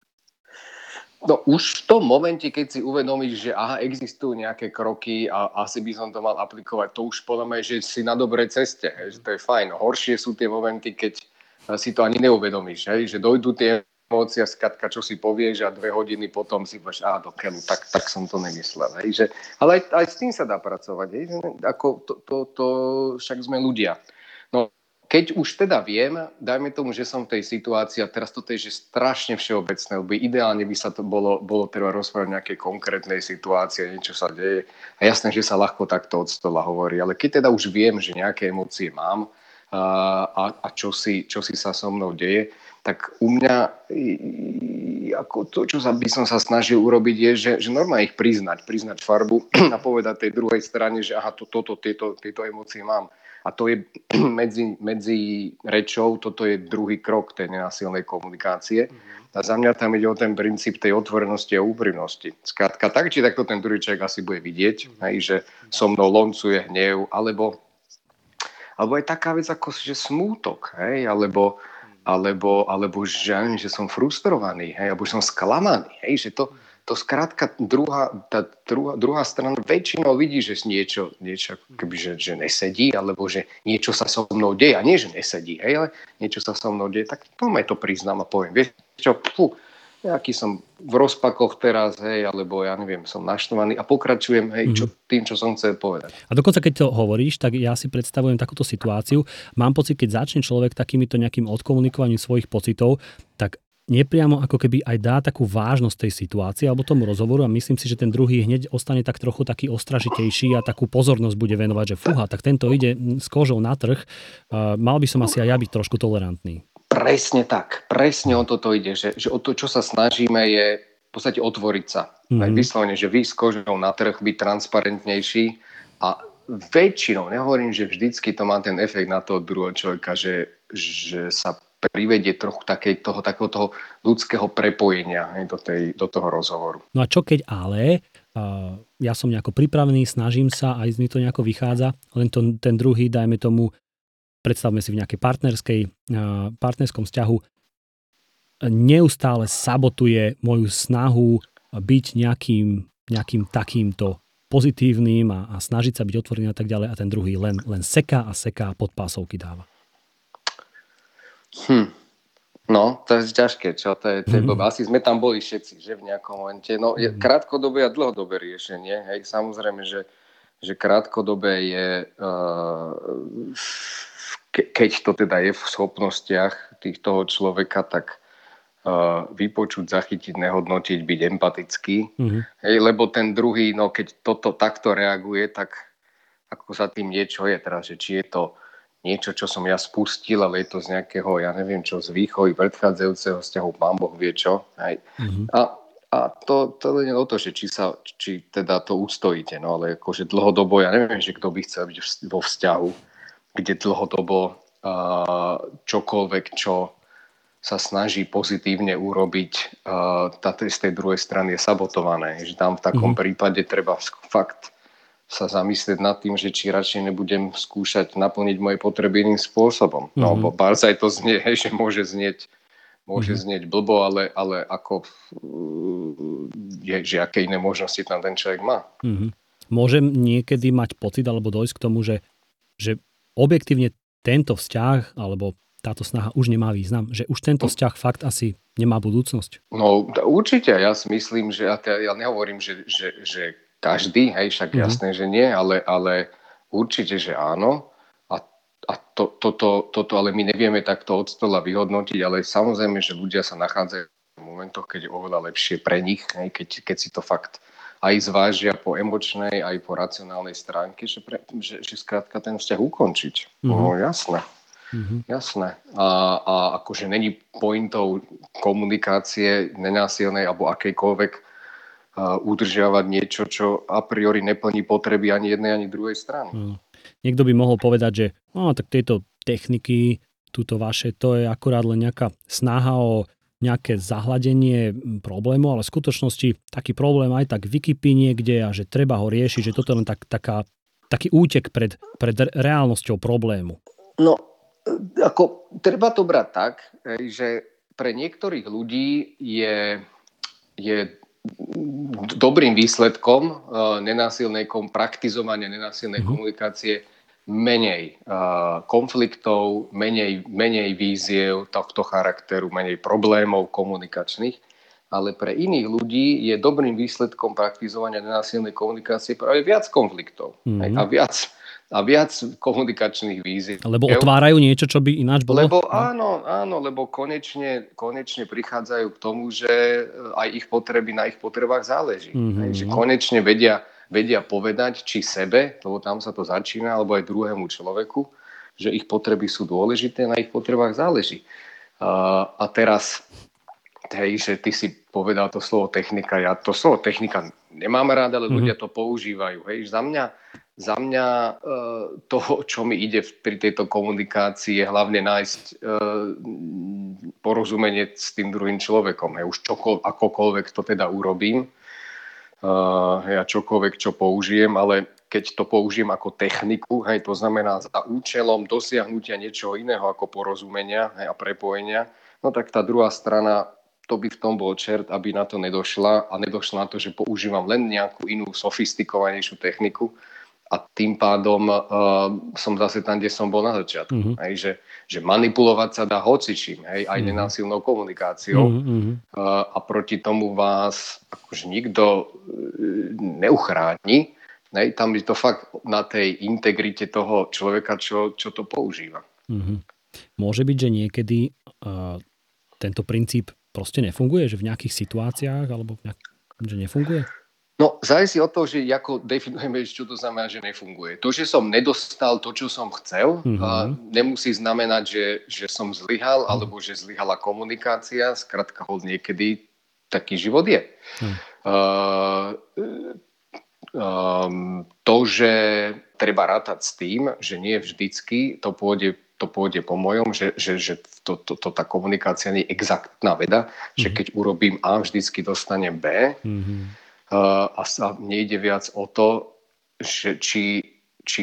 No už v tom momente, keď si uvedomíš, že aha, existujú nejaké kroky a asi by som to mal aplikovať, to už podľa mňa, že si na dobrej ceste, hej, že to je fajn. Horšie sú tie momenty, keď si to ani neuvedomíš, hej, že dojdú tie emócie, skratka, čo si povieš a dve hodiny potom si povieš, á, do keľu, tak, tak som to nemyslel. Hej, že, ale aj, aj s tým sa dá pracovať, hej, že ako to, to, to však sme ľudia. No, keď už teda viem, dajme tomu, že som v tej situácii a teraz toto je že strašne všeobecné, lebo ideálne by sa to bolo, bolo treba rozprávať v nejakej konkrétnej situácii, niečo sa deje a jasné, že sa ľahko takto od stola hovorí, ale keď teda už viem, že nejaké emócie mám a, a, a čo, si, čo si sa so mnou deje, tak u mňa ako to, čo sa, by som sa snažil urobiť, je, že, že normálne ich priznať, priznať farbu a povedať tej druhej strane, že aha, to, toto, tieto, tieto emócie mám. A to je medzi, medzi rečou, toto je druhý krok tej nenásilnej komunikácie. A za mňa tam ide o ten princíp tej otvorenosti a úprimnosti. Skrátka, tak či takto ten druhý človek asi bude vidieť, hej, že so mnou loncuje hnev, alebo, alebo aj taká vec ako že smútok, hej, alebo alebo, alebo že, že som frustrovaný, hej, alebo že som sklamaný, hej, že to, to skrátka druhá, tá druhá, druhá strana väčšinou vidí, že niečo, niečo keby, že, že nesedí, alebo že niečo sa so mnou deje, a nie, že nesedí, hej, ale niečo sa so mnou deje, tak tomu aj to priznám a poviem, vieš čo, pfu, nejaký som v rozpakoch teraz, hej, alebo ja neviem, som naštvaný a pokračujem, hej, čo, tým, čo som chcel povedať. A dokonca, keď to hovoríš, tak ja si predstavujem takúto situáciu. Mám pocit, keď začne človek takýmito nejakým odkomunikovaním svojich pocitov, tak nepriamo ako keby aj dá takú vážnosť tej situácii alebo tomu rozhovoru a myslím si, že ten druhý hneď ostane tak trochu taký ostražitejší a takú pozornosť bude venovať, že fúha, tak tento ide s kožou na trh. Uh, mal by som asi aj ja byť trošku tolerantný. Presne tak, presne o toto ide, že, že o to, čo sa snažíme, je v podstate otvoriť sa. Mm-hmm. Aj vyslovene, že vy s kožou na trh, byť transparentnejší a väčšinou, nehovorím, že vždycky to má ten efekt na toho druhého človeka, že, že sa privedie trochu takej, toho, takého toho ľudského prepojenia hej, do, tej, do toho rozhovoru. No a čo keď ale, uh, ja som nejako pripravený, snažím sa, aj mi to nejako vychádza, len to, ten druhý, dajme tomu, predstavme si v nejakej partnerskej, partnerskom vzťahu, neustále sabotuje moju snahu byť nejakým, nejakým takýmto pozitívnym a, a snažiť sa byť otvorený a tak ďalej a ten druhý len, len seká a seká, podpásovky dáva. Hm. No, to je ťažké, čo? To je, to je mm. Asi sme tam boli všetci, že v nejakom momente. No, je krátkodobé a dlhodobé riešenie. Hej, samozrejme, že, že krátkodobé je... Uh, keď to teda je v schopnostiach tých toho človeka, tak uh, vypočuť, zachytiť, nehodnotiť, byť empatický. Mm-hmm. Hej, lebo ten druhý, no keď toto takto reaguje, tak ako sa tým niečo je teraz, že či je to niečo, čo som ja spustil, ale je to z nejakého, ja neviem čo, z výchovy predchádzajúceho vzťahu, pán Boh vie čo. Hej. Mm-hmm. A, a to, to je o to, že či, sa, či teda to ustojíte, no ale akože dlhodobo, ja neviem, že kto by chcel byť vo vzťahu, kde dlhodobo uh, čokoľvek, čo sa snaží pozitívne urobiť, uh, tá, z tej druhej strany je sabotované. Že tam v takom mm. prípade treba fakt sa zamyslieť nad tým, že či radšej nebudem skúšať naplniť moje potreby iným spôsobom. Mm. No, bo bársa aj to znie, hej, že môže znieť, môže mm. znieť blbo, ale, ale ako je, že aké iné možnosti tam ten človek má. Mm. Môžem niekedy mať pocit alebo dojsť k tomu, že, že objektívne tento vzťah, alebo táto snaha už nemá význam, že už tento vzťah fakt asi nemá budúcnosť? No určite, ja si myslím, že ja, ja nehovorím, že, že, že každý, hej, však mm-hmm. jasné, že nie, ale, ale určite, že áno. A, a to, toto, toto ale my nevieme takto od stola vyhodnotiť, ale samozrejme, že ľudia sa nachádzajú v momentoch, keď je oveľa lepšie pre nich, hej, keď, keď si to fakt aj zvážia po emočnej, aj po racionálnej stránke, že, pre, že, že skrátka ten vzťah ukončiť. Mm-hmm. No jasné. Mm-hmm. Jasné. A, a akože není pointou komunikácie nenásilnej alebo akejkoľvek udržiavať niečo, čo a priori neplní potreby ani jednej, ani druhej strany. Hmm. Niekto by mohol povedať, že no, tak tieto techniky, túto vaše, to je akurát len nejaká snaha o nejaké zahladenie problému, ale v skutočnosti taký problém aj tak vykipí niekde a že treba ho riešiť, že toto je len tak, taká, taký útek pred, pred reálnosťou problému. No, ako treba to brať tak, že pre niektorých ľudí je, je dobrým výsledkom uh, nenásilnej kom, praktizovania nenásilnej mm-hmm. komunikácie menej uh, konfliktov, menej, menej víziev tohto charakteru, menej problémov komunikačných, ale pre iných ľudí je dobrým výsledkom praktizovania nenásilnej komunikácie práve viac konfliktov mm-hmm. a viac a viac komunikačných víziev. Lebo otvárajú niečo, čo by ináč bolo? Lebo áno, áno, lebo konečne, konečne prichádzajú k tomu, že aj ich potreby, na ich potrebách záleží. Mm-hmm. Že konečne vedia, vedia povedať, či sebe, lebo tam sa to začína, alebo aj druhému človeku, že ich potreby sú dôležité, na ich potrebách záleží. Uh, a teraz, hej, že ty si povedal to slovo technika, ja to slovo technika nemám rád, ale mm-hmm. ľudia to používajú. Hej, za mňa Za mňa e, to, čo mi ide pri tejto komunikácii, je hlavne nájsť e, porozumenie s tým druhým človekom. Hej, už čokoľ, akokoľvek to teda urobím, e, ja čokoľvek, čo použijem, ale keď to použijem ako techniku, hej, to znamená za účelom dosiahnutia niečoho iného ako porozumenia, hej, a prepojenia, no tak tá druhá strana, to by v tom bol čert, aby na to nedošla a nedošla na to, že používam len nejakú inú sofistikovanejšiu techniku. A tým pádom uh, som zase tam, kde som bol na začiatku. Mm-hmm. Hej, že, že manipulovať sa dá hocičím, hej, aj mm-hmm. nenásilnou komunikáciou. Mm-hmm. Uh, a proti tomu vás akože nikto uh, neuchráni. Hej, tam je to fakt na tej integrite toho človeka, čo, čo to používa. Mm-hmm. Môže byť, že niekedy uh, tento princíp proste nefunguje? Že v nejakých situáciách alebo v nejak... že nefunguje? No, závisí od toho, že ako definujeme, čo to znamená, že nefunguje. To, že som nedostal to, čo som chcel, mm-hmm. nemusí znamenať, že, že som zlyhal, mm-hmm. alebo že zlyhala komunikácia. Skrátka, niekedy taký život je. Mm. Uh, um, to, že treba rátať s tým, že nie vždycky to pôjde, to pôjde po mojom, že, že, že to, to, to, tá komunikácia nie je exaktná veda, mm-hmm. že keď urobím A, vždycky dostanem B. Mm-hmm. Uh, a sa nejde viac o to, že či, či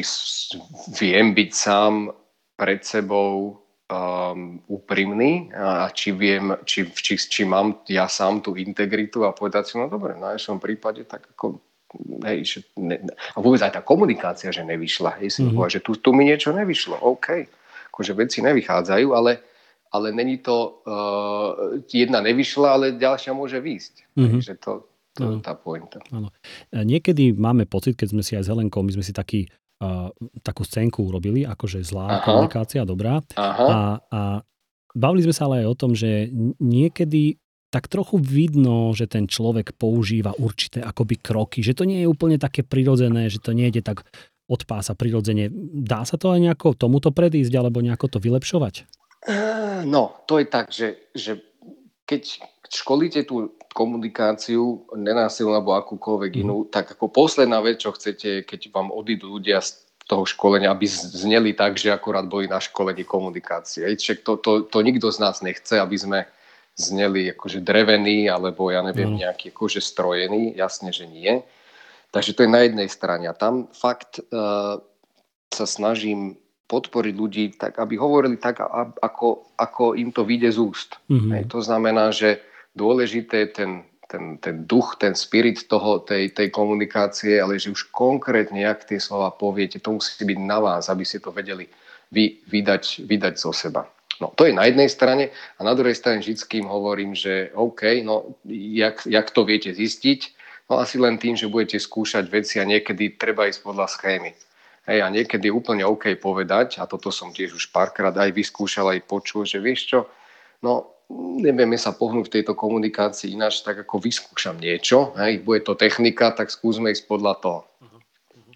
viem byť sám pred sebou um, úprimný a či viem, či, či, či mám ja sám tú integritu a povedať si, no dobre, na našom prípade tak ako, hej, že ne, a vôbec aj tá komunikácia, že nevyšla, hej, si mm-hmm. povedal, že tu, tu mi niečo nevyšlo, OK, akože veci nevychádzajú, ale, ale není to, uh, jedna nevyšla, ale ďalšia môže výjsť, mm-hmm. takže to To je tá pointa. Áno. Niekedy máme pocit, keď sme si aj s Helenkou, my sme si taký, uh, takú scénku urobili, akože zlá Aha. komunikácia, dobrá. Aha. A, a bavili sme sa ale aj o tom, že niekedy tak trochu vidno, že ten človek používa určité akoby kroky, že to nie je úplne také prirodzené, že to nie ide tak od pása prirodzene. Dá sa to aj nejako tomuto predísť, alebo nejako to vylepšovať? Uh, no, to je tak, že, že keď školíte tú komunikáciu nenásilnú alebo akúkoľvek inú, mm. tak ako posledná vec, čo chcete, keď vám odídu ľudia z toho školenia, aby zneli tak, že akorát boli na školení komunikácie. Čiže to, to, to nikto z nás nechce, aby sme zneli akože drevení alebo ja neviem, mm. nejaký akože strojený. Jasne, že nie. Takže to je na jednej strane. A tam fakt uh, sa snažím podporiť ľudí tak, aby hovorili tak, ako, ako im to vyjde z úst. Mm-hmm. Hej, to znamená, že dôležité je ten, ten, ten duch, ten spirit toho, tej, tej komunikácie, ale že už konkrétne, jak tie slova poviete, to musí byť na vás, aby ste to vedeli vy, vydať, vydať zo seba. No, to je na jednej strane a na druhej strane vždycky im hovorím, že OK, no, jak, jak to viete zistiť? No asi len tým, že budete skúšať veci a niekedy treba ísť podľa schémy. Hej, a niekedy je úplne OK povedať, a toto som tiež už párkrát aj vyskúšal, aj počul, že vieš čo, no nevieme sa pohnúť v tejto komunikácii ináč, tak ako vyskúšam niečo, hej, bude to technika, tak skúsme ísť podľa toho. Uh-huh. Uh-huh.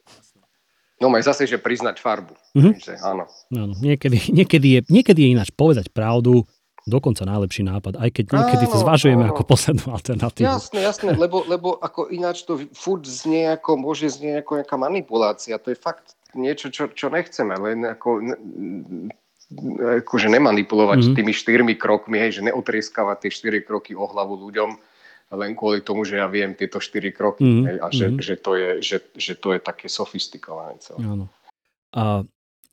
No maj zase, že priznať farbu. Uh-huh. Takže, áno. No, niekedy, niekedy, je, niekedy je ináč povedať pravdu, dokonca najlepší nápad, aj keď niekedy to zvažujeme áno. ako poslednú alternatívu. Jasné, jasné, lebo, lebo ako ináč to furt znie ako, môže znieť ako nejaká manipulácia. To je fakt niečo, čo, čo nechceme, len ako, akože nemanipulovať mm-hmm. tými štyrmi krokmi, hej, že neotrieskavať tie štyri kroky o hlavu ľuďom, len kvôli tomu, že ja viem tieto štyri kroky. Mm-hmm. Hej, a že, mm-hmm. že, to je, že, že to je také sofistikované celé. Áno. A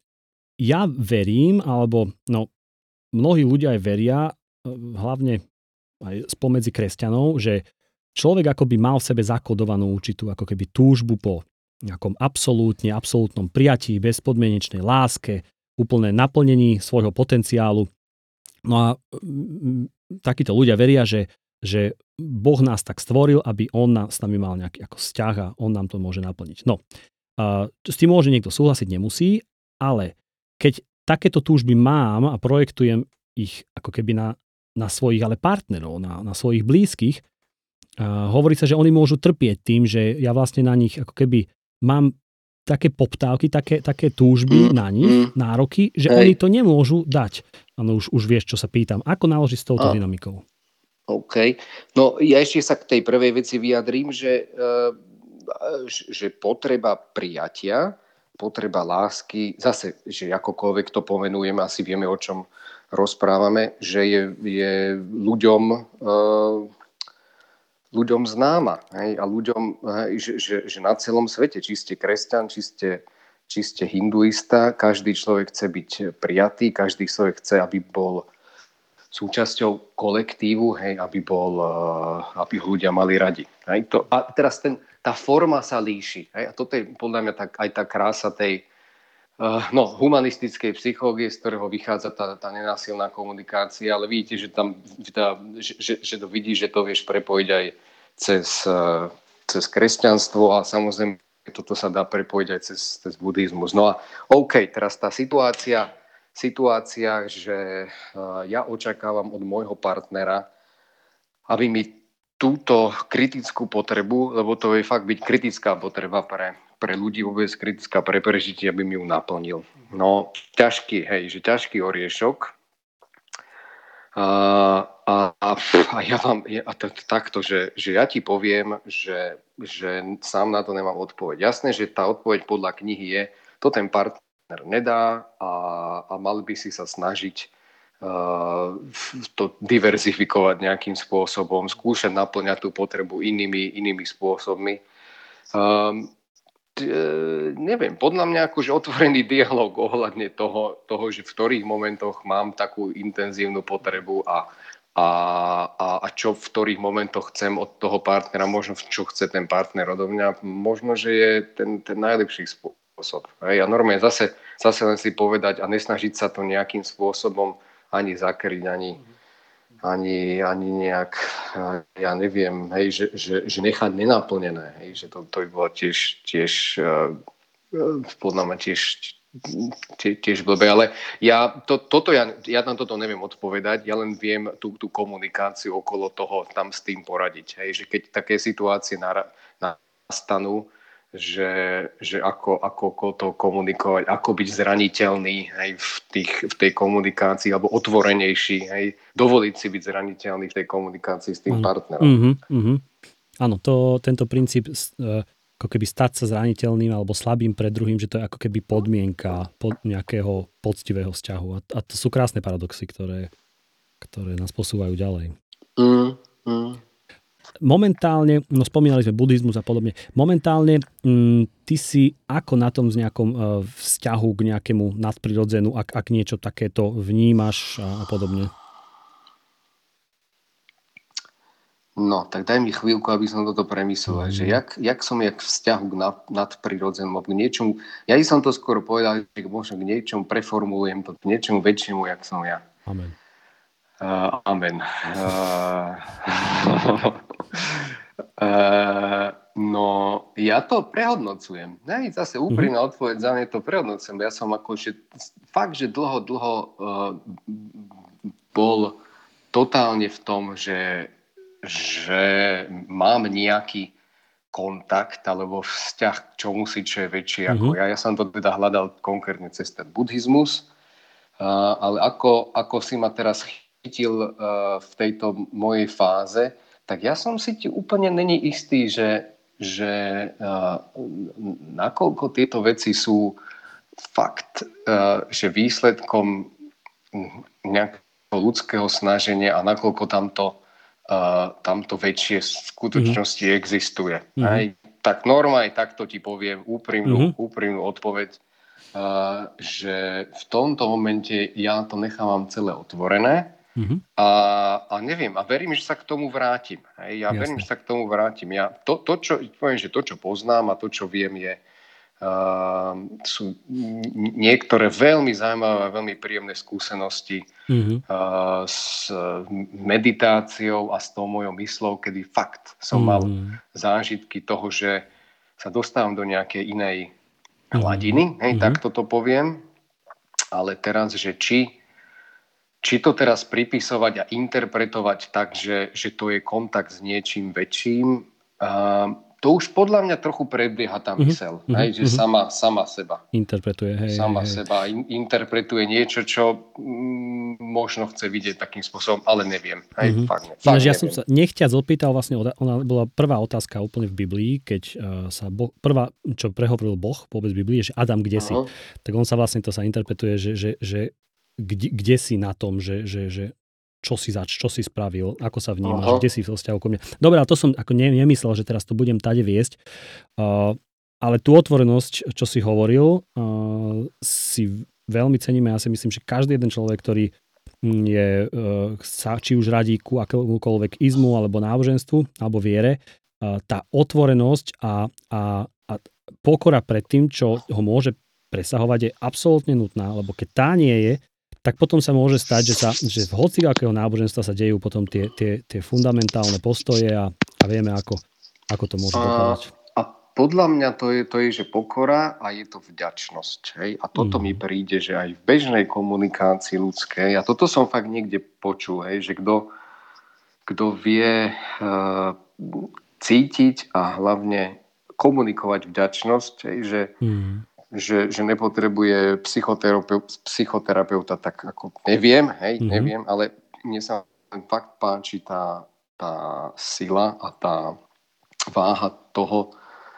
ja verím, alebo no, mnohí ľudia aj veria, hlavne aj spomedzi kresťanov, že človek ako by mal v sebe zakodovanú určitú ako keby túžbu po nejakom absolútne, absolútnom prijatí, bezpodmienečnej láske, úplné naplnení svojho potenciálu. No a m, takíto ľudia veria, že, že Boh nás tak stvoril, aby on nás, s nami mal nejaký ako vzťah a on nám to môže naplniť. No, a s tým môže niekto súhlasiť, nemusí, ale keď takéto túžby mám a projektujem ich ako keby na, na svojich ale partnerov, na, na svojich blízkych, a hovorí sa, že oni môžu trpieť tým, že ja vlastne na nich ako keby mám také poptávky, také, také túžby mm, na nich, mm. nároky, že Hej. oni to nemôžu dať. Áno, už, už vieš, čo sa pýtam. Ako naložiť s touto a. dynamikou? OK. No ja ešte sa k tej prvej veci vyjadrím, že, uh, že potreba prijatia, potreba lásky, zase, že akokoľvek to pomenujeme, asi vieme, o čom rozprávame, že je, je ľuďom, uh, ľuďom známa. Hej? A ľuďom, hej, že, že, že na celom svete, či ste kresťan, či ste, či ste hinduista, každý človek chce byť prijatý, každý človek chce, aby bol súčasťou kolektívu, hej, aby, bol, uh, aby ľudia mali radi. Hej? To, a teraz ten tá forma sa líši. Hej? A toto je podľa mňa tak, aj tá krása tej uh, no, humanistickej psychológie, z ktorého vychádza tá, tá nenásilná komunikácia, ale vidíte, že, tam, tá, že, že, že to vidí, že to vieš prepojiť aj cez, uh, cez kresťanstvo a samozrejme toto sa dá prepojiť aj cez, cez buddhizmus. No a OK, teraz tá situácia, situácia že uh, ja očakávam od môjho partnera, aby mi túto kritickú potrebu, lebo to je fakt byť kritická potreba pre, pre ľudí, vôbec kritická pre prežitie, aby mi ju naplnil. No, ťažký, hej, že ťažký oriešok. A, a, a ja vám, a to, takto, že, že ja ti poviem, že, že sám na to nemám odpoveď. Jasné, že tá odpoveď podľa knihy je, to ten partner nedá a, a mal by si sa snažiť Uh, to diverzifikovať nejakým spôsobom, skúšať naplňať tú potrebu inými, inými spôsobmi. Uh, t- neviem, podľa mňa akože otvorený dialog ohľadne toho, toho, že v ktorých momentoch mám takú intenzívnu potrebu a, a, a, a čo v ktorých momentoch chcem od toho partnera, možno čo chce ten partner odo mňa, možno, že je ten, ten najlepší spôsob. Hej? A normálne zase, zase len si povedať a nesnažiť sa to nejakým spôsobom ani zakryť, ani, ani, ani nejak, ja neviem, hej, že, že, že nechať nenaplnené, hej, že to, to by bolo tiež, tiež uh, podľa mňa tiež, tiež, tiež blbé, ale ja, to, toto ja, ja na toto neviem odpovedať, ja len viem tú, tú komunikáciu okolo toho tam s tým poradiť, hej, že keď také situácie nastanú, že, že ako, ako to komunikovať, ako byť zraniteľný, hej, v, tých, v tej komunikácii, alebo otvorenejší, hej, dovoliť si byť zraniteľný v tej komunikácii s tým partnerom. Mm-hmm, mm-hmm. Áno, to, tento princíp ako keby stať sa zraniteľným alebo slabým pred druhým, že to je ako keby podmienka pod nejakého poctivého vzťahu. A, a to sú krásne paradoxy, ktoré, ktoré nás posúvajú ďalej. Mm, mm. Momentálne, no spomínali sme buddhizmus a podobne, momentálne m, ty si ako na tom s nejakom uh, vzťahu k nejakému nadprirodzenu, ak, ak niečo takéto vnímaš a, a podobne? No, tak daj mi chvíľku, aby som toto premyslel, mm. že jak, jak som jak vzťahu k nad, nadprirodzenému, k niečomu, ja by som to skôr povedal, že možno k niečomu preformulujem to, k niečomu väčšiemu, jak som ja. Amen. Uh, amen. Uh, uh, no, ja to prehodnocujem. Nej, zase úprimná mm-hmm. odpoveď za mňa to prehodnocujem. Ja som akože fakt, že dlho, dlho uh, bol totálne v tom, že, že mám nejaký kontakt alebo vzťah k čomu si, čo je väčšie mm-hmm. ako ja. Ja som to teda hľadal konkrétne cez ten buddhizmus, uh, ale ako, ako si ma teraz cítil uh, v tejto mojej fáze, tak ja som si úplne není istý, že, že uh, nakoľko tieto veci sú fakt, uh, že výsledkom nejakého ľudského snaženia a nakoľko tamto, uh, tamto väčšie skutočnosti mm-hmm. existuje. Mm-hmm. Aj, tak Norma, aj takto ti poviem úprimnú, mm-hmm. úprimnú odpoveď, uh, že v tomto momente ja to nechávam celé otvorené. Mm-hmm. A, a neviem, a verím, že sa k tomu vrátim. Hej. Ja Jasne. verím, že sa k tomu vrátim. Ja, to, to, čo, poviem, že to, čo poznám a to, čo viem, je, uh, sú niektoré veľmi zaujímavé a veľmi príjemné skúsenosti mm-hmm. uh, s meditáciou a s tou mojou myslou, kedy fakt som mm-hmm. mal zážitky toho, že sa dostávam do nejakej inej hladiny, mm-hmm. hej, mm-hmm. tak toto poviem. Ale teraz, že či Či to teraz pripisovať a interpretovať tak, že, že to je kontakt s niečím väčším, uh, to už podľa mňa trochu predbieha tá myseľ. Uh-huh, hej, uh-huh. Že sama, sama seba. Interpretuje. Hej, sama hej, seba in, interpretuje niečo, čo mm, možno chce vidieť takým spôsobom, ale neviem. Hej, uh-huh. fakt, fakt ja neviem. som sa nechťac opýtal, vlastne ona bola prvá otázka úplne v Biblii, keď uh, sa boh, prvá, čo prehovoril Boh vôbec v Biblii, že Adam, kde si? Uh-huh. Tak on sa vlastne, to sa interpretuje, že, že, že Kde, kde si na tom, že, že, že čo si zač, čo si spravil, ako sa vnímaš, uh-huh. kde si v vzťahu ko mne. Dobre, ale to som ako ne, nemyslel, že teraz to budem tade viesť, uh, ale tú otvorenosť, čo si hovoril, uh, si veľmi ceníme. Ja si myslím, že každý jeden človek, ktorý je, uh, sa či už radí ku akémukoľvek izmu, alebo náboženstvu, alebo viere, uh, tá otvorenosť a, a, a pokora pred tým, čo ho môže presahovať, je absolútne nutná, lebo keď tá nie je, tak potom sa môže stať, že, sa, že v hocikakého náboženstva sa dejú potom tie, tie, tie fundamentálne postoje a, a vieme, ako, ako to môže dopadať. A, a podľa mňa to je, to je, že pokora a je to vďačnosť. Hej? A toto mm. mi príde, že aj v bežnej komunikácii ľudskej, a toto som fakt niekde počul, hej, že kto, kto vie uh, cítiť a hlavne komunikovať vďačnosť, hej, že mm. Že, že nepotrebuje psychoterapeuta, psychoterapeuta, tak ako neviem, hej, mm-hmm. neviem, ale mne sa fakt páči tá, tá sila a tá váha toho,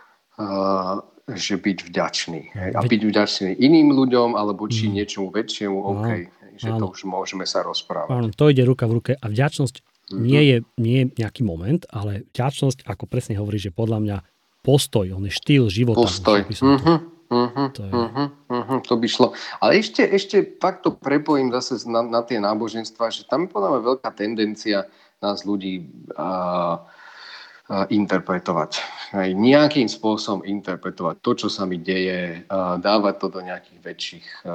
uh, že byť vďačný. Hej, a byť vďačný iným ľuďom, alebo či mm. niečomu väčšiemu, OK, hej, že áno. To už môžeme sa rozprávať. Áno, to ide ruka v ruke a vďačnosť mm-hmm. nie, je, nie je nejaký moment, ale vďačnosť, ako presne hovorí, že podľa mňa postoj, on je štýl života. Postoj. Uh-huh, to, uh-huh, uh-huh, to by šlo. Ale ešte, ešte fakt to prepojím zase na, na tie náboženstva, že tam je podľa mňa veľká tendencia nás ľudí uh, uh, interpretovať. Aj nejakým spôsobom interpretovať to, čo sa mi deje, uh, dávať to do nejakých väčších uh,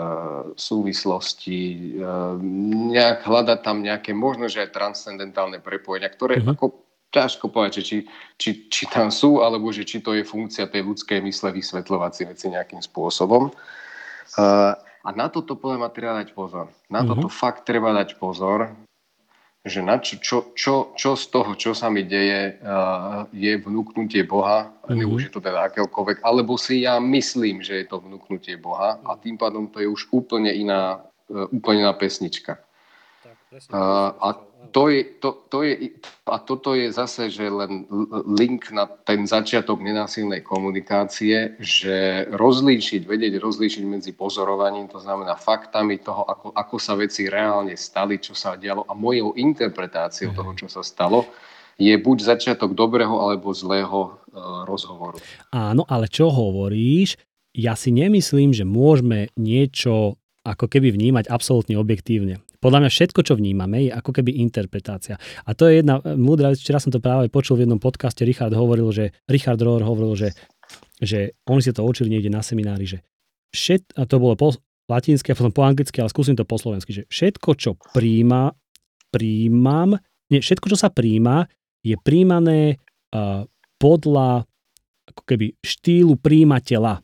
súvislostí, uh, nejak hľadať tam nejaké možno, že aj transcendentálne prepojenia, ktoré uh-huh. ako ťažko povedať, či, či, či tam sú, alebo že či to je funkcia tej ľudskej mysle vysvetľovať si veci nejakým spôsobom. Uh, a na toto poviem, treba dať pozor. Na uh-huh. toto fakt treba dať pozor, že na čo, čo, čo, čo z toho, čo sa mi deje, uh, je vnúknutie Boha, uh-huh. už je to teda akéhokoľvek, alebo si ja myslím, že je to vnúknutie Boha a tým pádom to je už úplne iná, uh, úplne iná pesnička. Tak, presne, uh, a To je, to, to je, a toto je zase, že len link na ten začiatok nenásilnej komunikácie, že rozlíšiť, vedieť rozlíšiť medzi pozorovaním, to znamená faktami toho, ako, ako sa veci reálne stali, čo sa dialo a mojou interpretáciou toho, čo sa stalo, je buď začiatok dobrého alebo zlého uh, rozhovoru. Áno, ale čo hovoríš? Ja si nemyslím, že môžeme niečo ako keby vnímať absolútne objektívne. Podľa mňa všetko, čo vnímame, je ako keby interpretácia. A to je jedna múdra vec, včera som to práve počul v jednom podcaste, Richard hovoril, že Richard Rohr hovoril, že, že oni si to učili niekde na seminári, že všet, a to bolo po latinské, a potom po anglicky, ale skúsim to po slovensky, že všetko, čo príjma, príjmam, nie, všetko, čo sa príjma, je príjmané uh, podľa ako keby štýlu príjimateľa.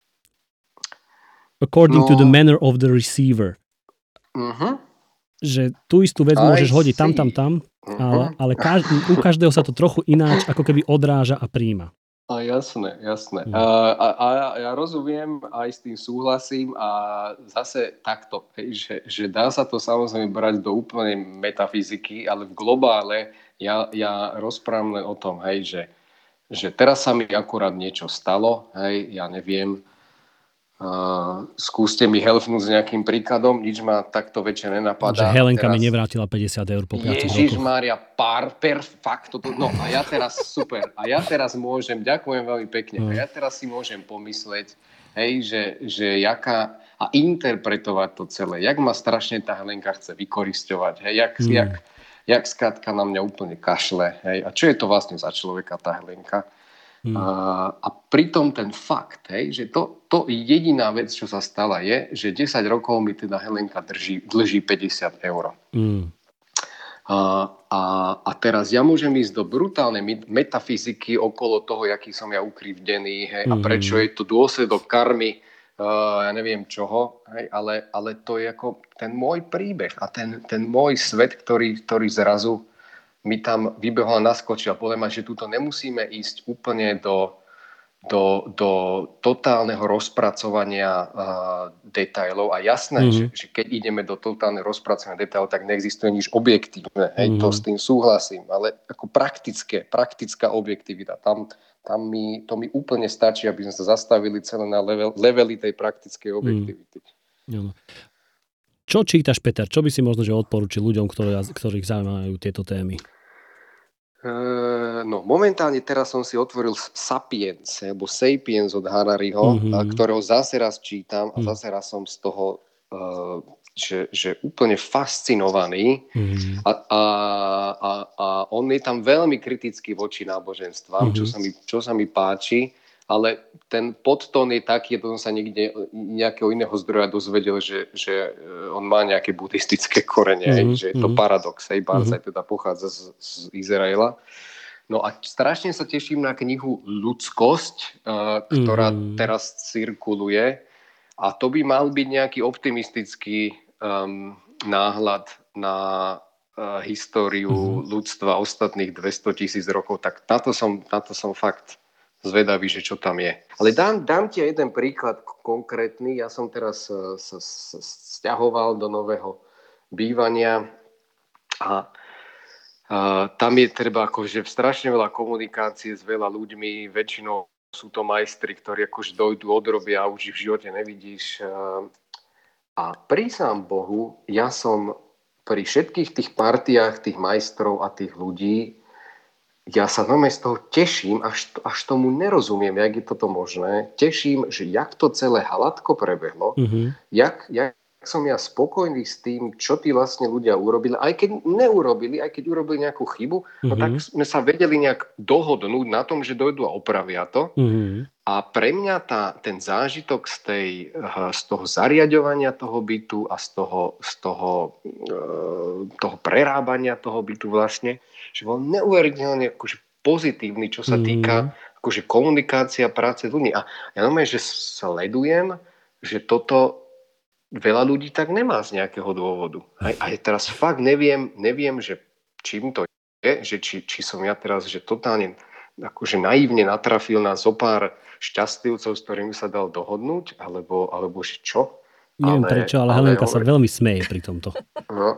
According no. to the manner of the receiver. Uh-huh. Že tú istú vec môžeš hodiť tam, tam, tam, ale, ale každý, u každého sa to trochu ináč ako keby odráža a príjma. A jasné, jasné. Mm. A, a, a ja rozumiem, aj s tým súhlasím a zase takto, hej, že, že dá sa to samozrejme brať do úplnej metafyziky, ale v globále ja, ja rozprávam len o tom, hej, že, že teraz sa mi akurát niečo stalo, hej, ja neviem, Uh, skúste mi helfnúť s nejakým príkladom, nič ma takto väčšie nenapadá. Že Helenka teraz... mi nevrátila päťdesiat eur po piatich rokoch. Ježišmária, pár, per, fakt, toto, no a ja teraz, super, a ja teraz môžem, ďakujem veľmi pekne, no. a ja teraz si môžem pomysleť, hej, že, že jaká, a interpretovať to celé, jak ma strašne tá Helenka chce vykorisťovať, hej, jak, mm. jak, jak skrátka na mňa úplne kašle, hej, a čo je to vlastne za človeka tá Helenka? Hmm. A, a pritom ten fakt, hej, že to, to jediná vec, čo sa stala, je, že desať rokov mi teda Helenka drží, dlží päťdesiat eur. Hmm. A, a, a teraz ja môžem ísť do brutálnej metafyziky okolo toho, jaký som ja ukrivdený, hej, hmm. a prečo je to dôsledok karmy, uh, ja neviem čoho, hej, ale, ale to je ako ten môj príbeh a ten, ten môj svet, ktorý, ktorý zrazu mi tam vybehol a naskočil. Poviem, že tuto nemusíme ísť úplne do, do, do totálneho rozpracovania uh, detailov. A jasné, mm-hmm. že, že keď ideme do totálneho rozpracovania detailov, tak neexistuje nič objektívne. Hej, mm-hmm. to s tým súhlasím. Ale ako praktické, praktická objektivita. Tam, tam mi, to mi úplne stačí, aby sme sa zastavili celé na level, leveli tej praktickej objektivity. Mm. Čo čítaš, Peter? Čo by si možno že odporúčil ľuďom, ktorý, ktorých zaujímajú tieto témy? Uh, no, momentálne teraz som si otvoril Sapiens, alebo Sapiens od Harariho, mm-hmm. ktorého zase raz čítam a zase raz som z toho, uh, že, že úplne fascinovaný. Mm-hmm. A, a, a, a on je tam veľmi kritický voči náboženstvám, mm-hmm. čo sa mi, čo sa mi páči. Ale ten podtón je taký, to som sa niekde nejakého iného zdroja dozvedel, že, že on má nejaké buddhistické korene, mm-hmm. že je to paradox. Hej, Barzaj mm-hmm. teda pochádza z, z Izraela. No a strašne sa teším na knihu Ľudskosť, uh, ktorá mm-hmm. teraz cirkuluje. A to by mal byť nejaký optimistický um, náhľad na uh, históriu mm-hmm. ľudstva ostatných dvestotisíc rokov. Tak na to som, na to som fakt zvedavý, že čo tam je. Ale dám, dám ti jeden príklad konkrétny. Ja som teraz sa, sa, sa sťahoval do nového bývania a, a tam je treba akože strašne veľa komunikácie s veľa ľuďmi. Väčšinou sú to majstri, ktorí akože dojdú, odrobia a už ich v živote nevidíš. A prísam Bohu, ja som pri všetkých tých partiách tých majstrov a tých ľudí ja sa normálne z toho teším, až, až tomu nerozumiem, jak je toto možné. Teším, že jak to celé hladko prebehlo, mm-hmm. jak, jak som ja spokojný s tým, čo tí vlastne ľudia urobili. Aj keď neurobili, aj keď urobili nejakú chybu, mm-hmm. no tak sme sa vedeli nejak dohodnúť na tom, že dojdú a opravia to. Mm-hmm. A pre mňa tá, ten zážitok z, tej, z toho zariaďovania toho bytu a z toho, z toho, toho prerábania toho bytu vlastne, že bol neuveriteľne akože pozitívny, čo sa týka mm. akože komunikácia, práce s ľuďmi. A ja normálne, že sledujem, že toto veľa ľudí tak nemá z nejakého dôvodu. A, a teraz fakt neviem, neviem, že čím to je, že či, či som ja teraz, že totálne akože naivne natrafil na zopár šťastlivcov, s ktorými sa dal dohodnúť, alebo, alebo že čo? Neviem ale, prečo, ale, ale Helenka ale... sa veľmi smeje pri tomto. No.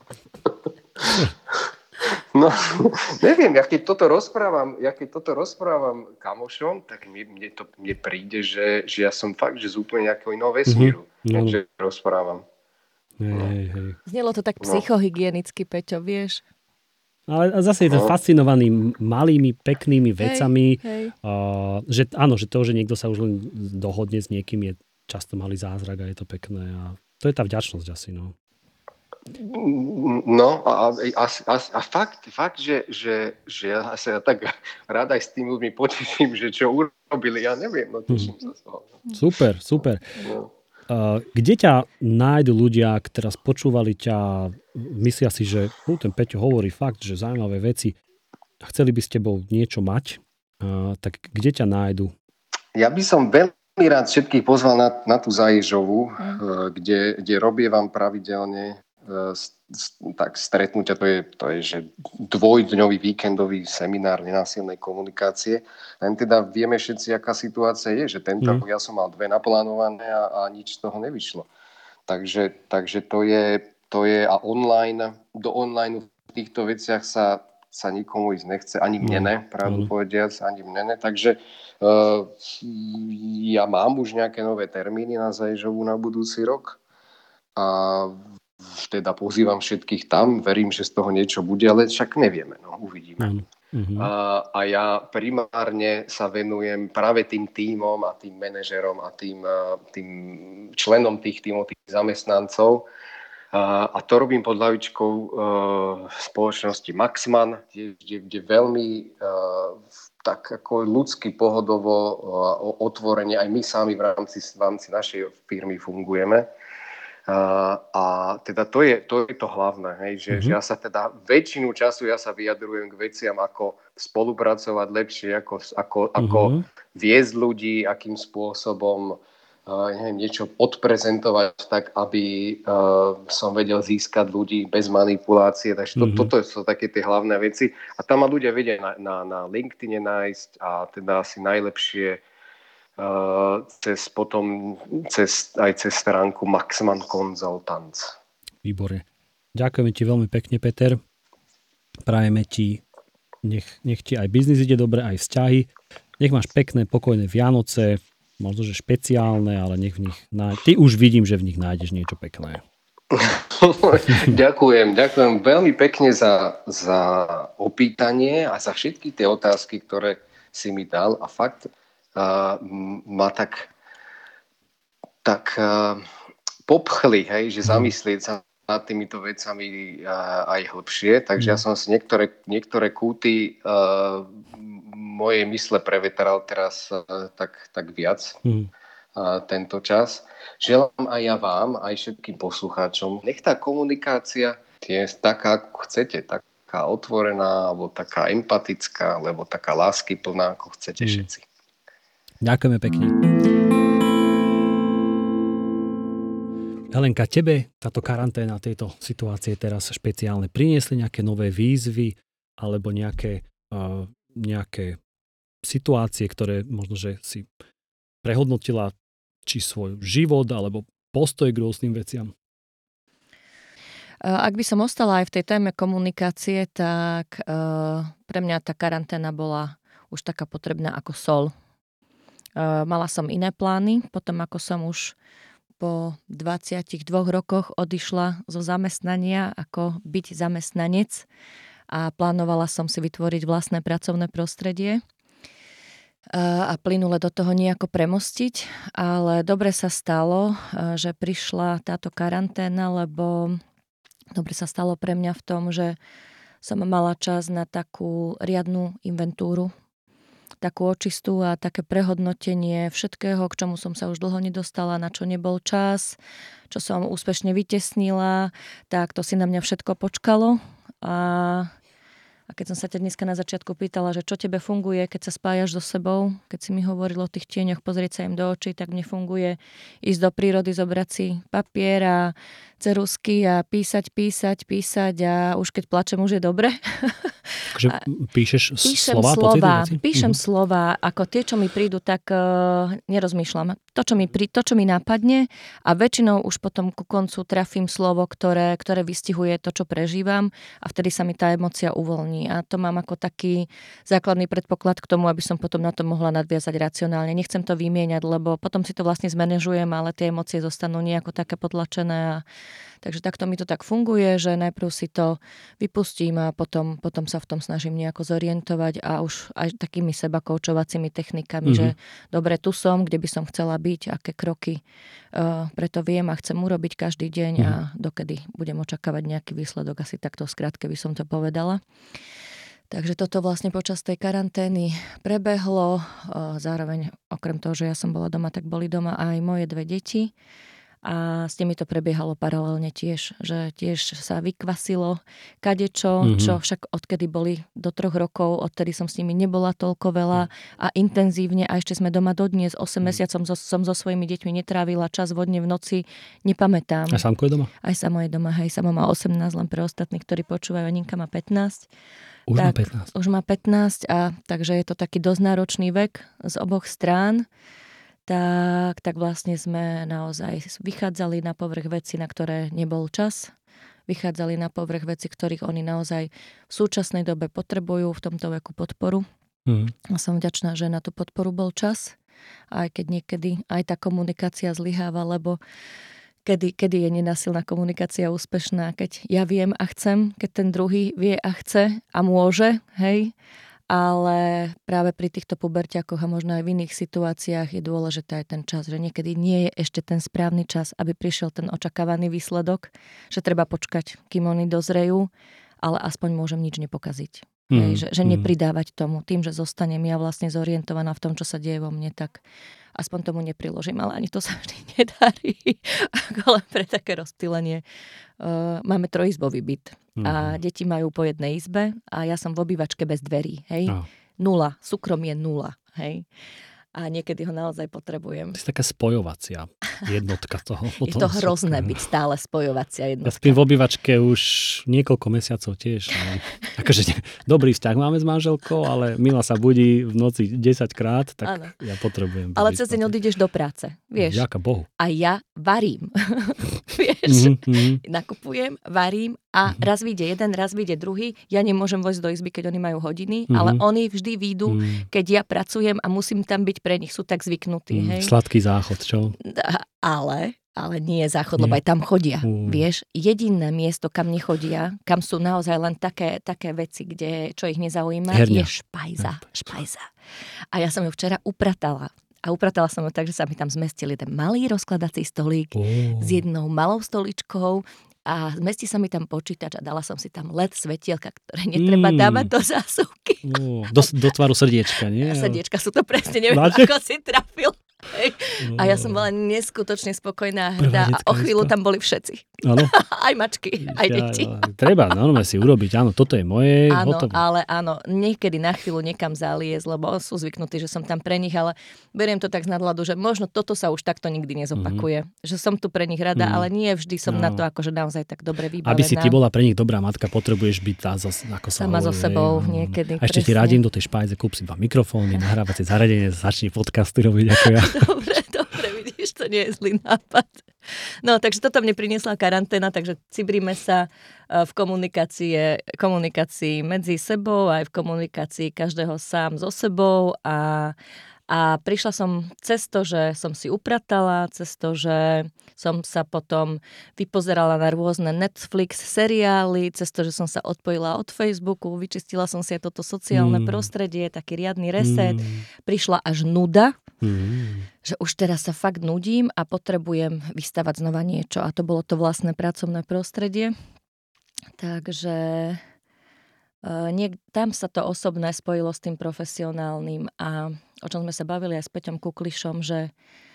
No, neviem, ja keď toto rozprávam, ja keď toto rozprávam kamošom, tak mne, mne, to, mne príde, že, že ja som fakt, že z úplne nejakého iného vesmíru, mm-hmm. no. že rozprávam. Hej, no. hej, hej. Znelo to tak psychohygienicky, Peťo, vieš? Ale zase je to no. fascinovaný malými, peknými vecami. Hej, hej. Uh, že áno, že to, že niekto sa už len dohodne s niekým, je často malý zázrak a je to pekné. A to je tá vďačnosť asi, no. No a, a, a, a fakt, fakt že, že, že ja sa tak rád aj s tým ľuďmi poteším, že čo urobili, ja neviem, no teším sa z toho. Super, super. No. Uh, kde ťa nájdu ľudia, ak teraz počúvali ťa, myslia si, že uh, ten Peťo hovorí fakt, že zaujímavé veci, chceli by s tebou niečo mať, uh, tak kde ťa nájdu? Ja by som veľmi rád všetkých pozval na, na tú Záježovú, mm. uh, kde, kde robievam pravidelne s tak stretnutia, to je, to je že dvojdňový víkendový seminár nenásilnej komunikácie. Len teda vieme všetci, aká situácia je, že tento Mm. rok ja som mal dve naplánované a, a nič z toho nevyšlo. Takže, takže to je, to je a online, do online v týchto veciach sa, sa nikomu ísť nechce, ani mne ne, pravdu Mm. povediac, ani mne ne. Takže uh, ja mám už nejaké nové termíny na Zajžovu na budúci rok a teda pozývam všetkých tam, verím, že z toho niečo bude, ale však nevieme, no, uvidíme. Mm. A, a ja primárne sa venujem práve tým tímom a tým manažerom a tým, tým členom tých tímov, tých zamestnancov. A, a to robím pod hlavičkou uh, spoločnosti Maxman, kde, kde, kde veľmi uh, tak ako ľudsky pohodovo uh, otvorene aj my sami v rámci, v rámci našej firmy fungujeme. Uh, a teda to je to, je to hlavné, hej, že, mm-hmm. že ja sa teda väčšinu času ja sa vyjadrujem k veciam, ako spolupracovať lepšie, ako, ako, mm-hmm. ako viesť ľudí, akým spôsobom uh, neviem, niečo odprezentovať tak, aby uh, som vedel získať ľudí bez manipulácie. Takže to, mm-hmm. toto sú také tie hlavné veci. A tam ma ľudia vedia na, na, na LinkedIne nájsť a teda asi najlepšie Uh, cez potom cez, aj cez stránku Maxman Consultants. Výborne. Ďakujeme ti veľmi pekne, Peter. Prajeme ti, nech, nech ti aj biznis ide dobre, aj vzťahy. Nech máš pekné, pokojné Vianoce, možno, že špeciálne, ale nech v nich nájdeš. Ty už vidím, že v nich nájdeš niečo pekné. Ďakujem, ďakujem veľmi pekne za, za opýtanie a za všetky tie otázky, ktoré si mi dal a fakt Uh, ma tak, tak uh, popchli, hej, že zamyslieť sa nad týmito vecami uh, aj hlbšie. Takže mm. ja som si niektoré, niektoré kúty uh, mojej mysle prevetral teraz uh, tak, tak viac mm. uh, tento čas. Želám aj ja vám, aj všetkým poslucháčom. Nech tá komunikácia je taká, ako chcete, taká otvorená, alebo taká empatická, alebo taká láskyplná, ako chcete mm. všetci. Ďakujeme pekne. Helenka, tebe táto karanténa, tejto situácie teraz špeciálne priniesli nejaké nové výzvy alebo nejaké, uh, nejaké situácie, ktoré možno, že si prehodnotila či svoj život alebo postoj k rôznym veciam? Ak by som ostala aj v tej téme komunikácie, tak uh, pre mňa tá karanténa bola už taká potrebná ako sol. Mala som iné plány, potom ako som už po dvadsiatich dvoch rokoch odišla zo zamestnania ako byť zamestnanec a plánovala som si vytvoriť vlastné pracovné prostredie a plynule do toho nejako premostiť, ale dobre sa stalo, že prišla táto karanténa, lebo dobre sa stalo pre mňa v tom, že som mala čas na takú riadnu inventúru, takú očistú a také prehodnotenie všetkého, k čomu som sa už dlho nedostala, na čo nebol čas, čo som úspešne vytesnila, tak to si na mňa všetko počkalo. A, a keď som sa ťa dneska na začiatku pýtala, že čo tebe funguje, keď sa spájaš so sebou, keď si mi hovoril o tých tieňoch, pozrieť sa im do očí, tak mne funguje ísť do prírody, zobrať si papier a ceruzky a písať, písať, písať a už keď plačem, už je dobre. Takže píšeš píšem slova? slova Pocity, píšem uh-huh. slova, ako tie, čo mi prídu, tak uh, nerozmýšľam. To čo, mi prí, to, čo mi napadne a väčšinou už potom ku koncu trafím slovo, ktoré, ktoré vystihuje to, čo prežívam a vtedy sa mi tá emócia uvoľní. A to mám ako taký základný predpoklad k tomu, aby som potom na to mohla nadviazať racionálne. Nechcem to vymieňať, lebo potom si to vlastne zmanéžujem, ale tie emócie zostanú nejako také potlačené. A takže takto mi to tak funguje, že najprv si to vypustím a potom, potom sa v tom snažím nejako zorientovať a už aj takými seba koučovacími technikami, mm-hmm. že dobre, tu som, kde by som chcela byť, aké kroky uh, preto viem a chcem urobiť každý deň mm-hmm. a dokedy budem očakávať nejaký výsledok, asi takto skrátke by som to povedala. Takže toto vlastne počas tej karantény prebehlo. Uh, zároveň okrem toho, že ja som bola doma, tak boli doma aj moje dve deti. A s nimi to prebiehalo paralelne tiež, že tiež sa vykvasilo kadečo, Mhm. čo však odkedy boli do troch rokov, odtedy som s nimi nebola toľko veľa a intenzívne a ešte sme doma dodnes, osem mesiacov som, som so svojimi deťmi netrávila čas vodne v noci, nepamätám. A Samko je doma? Aj Samo je doma, hej, Samo má osemnásť, len pre ostatných, ktorí počúvajú, Aninka má pätnásť. Už má Tak, pätnásť. Už má pätnásť a takže je to taký dosť náročný vek z oboch strán. Tak, tak vlastne sme naozaj vychádzali na povrch veci, na ktoré nebol čas. Vychádzali na povrch veci, ktorých oni naozaj v súčasnej dobe potrebujú v tomto veku podporu. Mhm. A som vďačná, že na tú podporu bol čas. Aj keď niekedy aj tá komunikácia zlyháva, lebo kedy, kedy je nenásilná komunikácia úspešná, keď ja viem a chcem, keď ten druhý vie a chce a môže, hej. Ale práve pri týchto puberťákoch a možno aj v iných situáciách je dôležité aj ten čas, že niekedy nie je ešte ten správny čas, aby prišiel ten očakávaný výsledok, že treba počkať, kým oni dozrejú, ale aspoň môžem nič nepokaziť. Mm. Hej, že, že Mm. nepridávať tomu. Tým, že zostanem ja vlastne zorientovaná v tom, čo sa deje vo mne, tak aspoň tomu nepriložím, ale ani to sa vždy nedarí. Ako len pre také rozptýlenie. Uh, máme trojizbový byt a deti majú po jednej izbe a ja som v obývačke bez dverí. Hej? No. Nula. Súkromie nula. Hej? A niekedy ho naozaj potrebujem. To je taká spojovacia jednotka toho. Je to hrozné byť stále spojovacia Ja jednotka. spím v obývačke už niekoľko mesiacov tiež. Ale akože ne, dobrý vzťah máme s manželkou, ale Mila sa budí v noci desaťkrát, tak Áno. ja potrebujem. Ale cez deň odídeš do práce. Vieš. Ďaká Bohu. A ja varím. Vieš. Mm-hmm. Nakupujem, varím a Mhm. raz vyjde jeden, raz vyjde druhý. Ja nemôžem vojsť do izby, keď oni majú hodiny, Mhm. ale oni vždy výjdu, Mm. keď ja pracujem a musím tam byť pre nich. Sú tak zvyknutí. Mm. Hej? Sladký záchod, čo? A- Ale, ale nie je záchod, Nie. lebo aj tam chodia. Mm. Vieš, jediné miesto, kam nechodia, kam sú naozaj len také, také veci, kde, čo ich nezaujíma, Herňa. je špajza. Špajza. A ja som ju včera upratala. A upratala som ju tak, že sa mi tam zmestil jeden malý rozkladací stolík Oh. s jednou malou stoličkou a zmestí sa mi tam počítač a dala som si tam el é dé svetielka, ktoré netreba Mm. dávať do zásuvky. Oh. Do, do tvaru srdiečka, nie? A srdiečka sú to presne, neviem, Máte? ako si trafil. Hej. A ja som bola neskutočne spokojná a hrdá a o detská chvíľu izba. tam boli všetci. Áno. Aj mačky, aj deti. Ja, ja, treba normálne si urobiť, áno, toto je moje, Áno, hotové. ale áno, niekedy na chvíľu niekam zaliez, lebo sú zvyknutí, že som tam pre nich, ale beriem to tak z nadhľadu, že možno toto sa už takto nikdy nezopakuje. Mm-hmm. Že som tu pre nich rada, Mhm. ale nie vždy som No. na to akože naozaj tak dobre vybavená. Aby si ty bola pre nich dobrá matka, potrebuješ byť tá, zas, ako sa Sama so hovorí, sebou áno. niekedy, A ešte ti presne. radím do tej špajze, kúp si dva mikrofóny, nahrávacie zariadenie, začni podcasty robiť ako ja. Dobre, dobre, vidíš, to nie je zlý nápad. No, takže toto mne priniesla karanténa, takže cibríme sa e, v komunikácii, komunikácii medzi sebou, aj v komunikácii každého sám so sebou a, a prišla som cez to, že som si upratala, cez to, že som sa potom vypozerala na rôzne Netflix seriály, cez to, že som sa odpojila od Facebooku, vyčistila som si aj toto sociálne Mm. prostredie, taký riadny reset. Mm. Prišla až nuda, Mm. že už teraz sa fakt nudím a potrebujem vystavať znova niečo. A to bolo to vlastné pracovné prostredie. Takže e, niek- tam sa to osobné spojilo s tým profesionálnym a o čom sme sa bavili aj s Peťom Kuklišom, že e,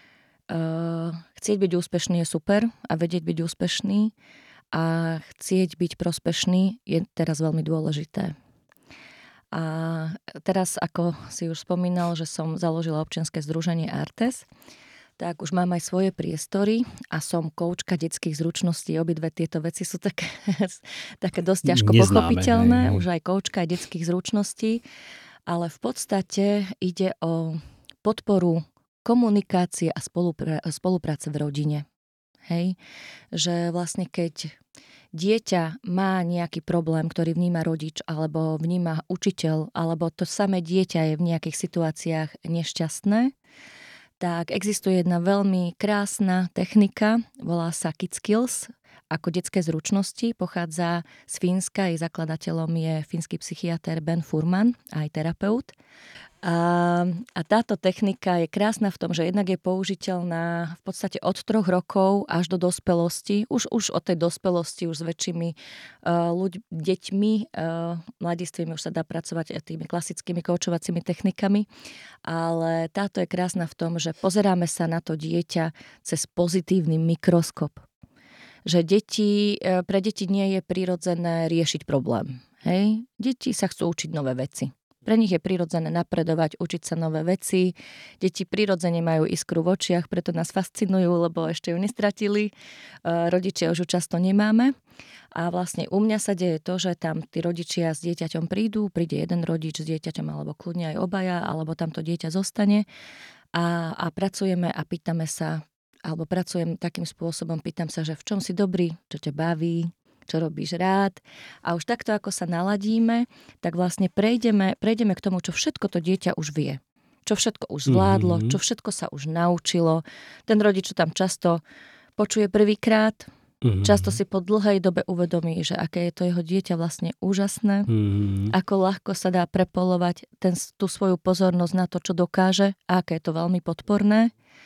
chcieť byť úspešný je super a vedieť byť úspešný a chcieť byť prospešný je teraz veľmi dôležité. A teraz, ako si už spomínal, že som založila občianske združenie Artes, tak už mám aj svoje priestory a som koučka detských zručností. Obidve tieto veci sú také, také dosť ťažko Neznáme, pochopiteľné. hej, hej. Už aj koučka aj detských zručností. Ale v podstate ide o podporu komunikácie a spolupra- spolupráce v rodine. Hej? Že vlastne keď dieťa má nejaký problém, ktorý vníma rodič, alebo vníma učiteľ, alebo to samé dieťa je v nejakých situáciách nešťastné, tak existuje jedna veľmi krásna technika, volá sa Kid Skills, ako detské zručnosti. Pochádza z Fínska, jej zakladateľom je fínsky psychiater Ben Furman, aj terapeut. A, a táto technika je krásna v tom, že jednak je použiteľná v podstate od troch rokov až do dospelosti. Už, už od tej dospelosti, už s väčšími uh, ľuď, deťmi, uh, mladistvými už sa dá pracovať tými klasickými koučovacími technikami. Ale táto je krásna v tom, že pozeráme sa na to dieťa cez pozitívny mikroskop. Že deti, pre deti nie je prirodzené riešiť problém. Hej? Deti sa chcú učiť nové veci. Pre nich je prirodzené napredovať, učiť sa nové veci. Deti prirodzene majú iskru v očiach, preto nás fascinujú, lebo ešte ju nestratili. Rodičia už ju často nemáme. A vlastne u mňa sa deje to, že tam tí rodičia s dieťaťom prídu, príde jeden rodič s dieťaťom, alebo kľudne aj obaja, alebo tam to dieťa zostane. A, a pracujeme a pýtame sa, alebo pracujem takým spôsobom, pýtam sa, že v čom si dobrý, čo ťa baví, čo robíš rád. A už takto, ako sa naladíme, tak vlastne prejdeme, prejdeme k tomu, čo všetko to dieťa už vie. Čo všetko už zvládlo, mm-hmm. čo všetko sa už naučilo. Ten rodič, čo tam často počuje prvýkrát, mm-hmm. často si po dlhej dobe uvedomí, že aké je to jeho dieťa vlastne úžasné, mm-hmm. ako ľahko sa dá prepolovať ten, tú svoju pozornosť na to, čo dokáže a aké je to veľmi podporné.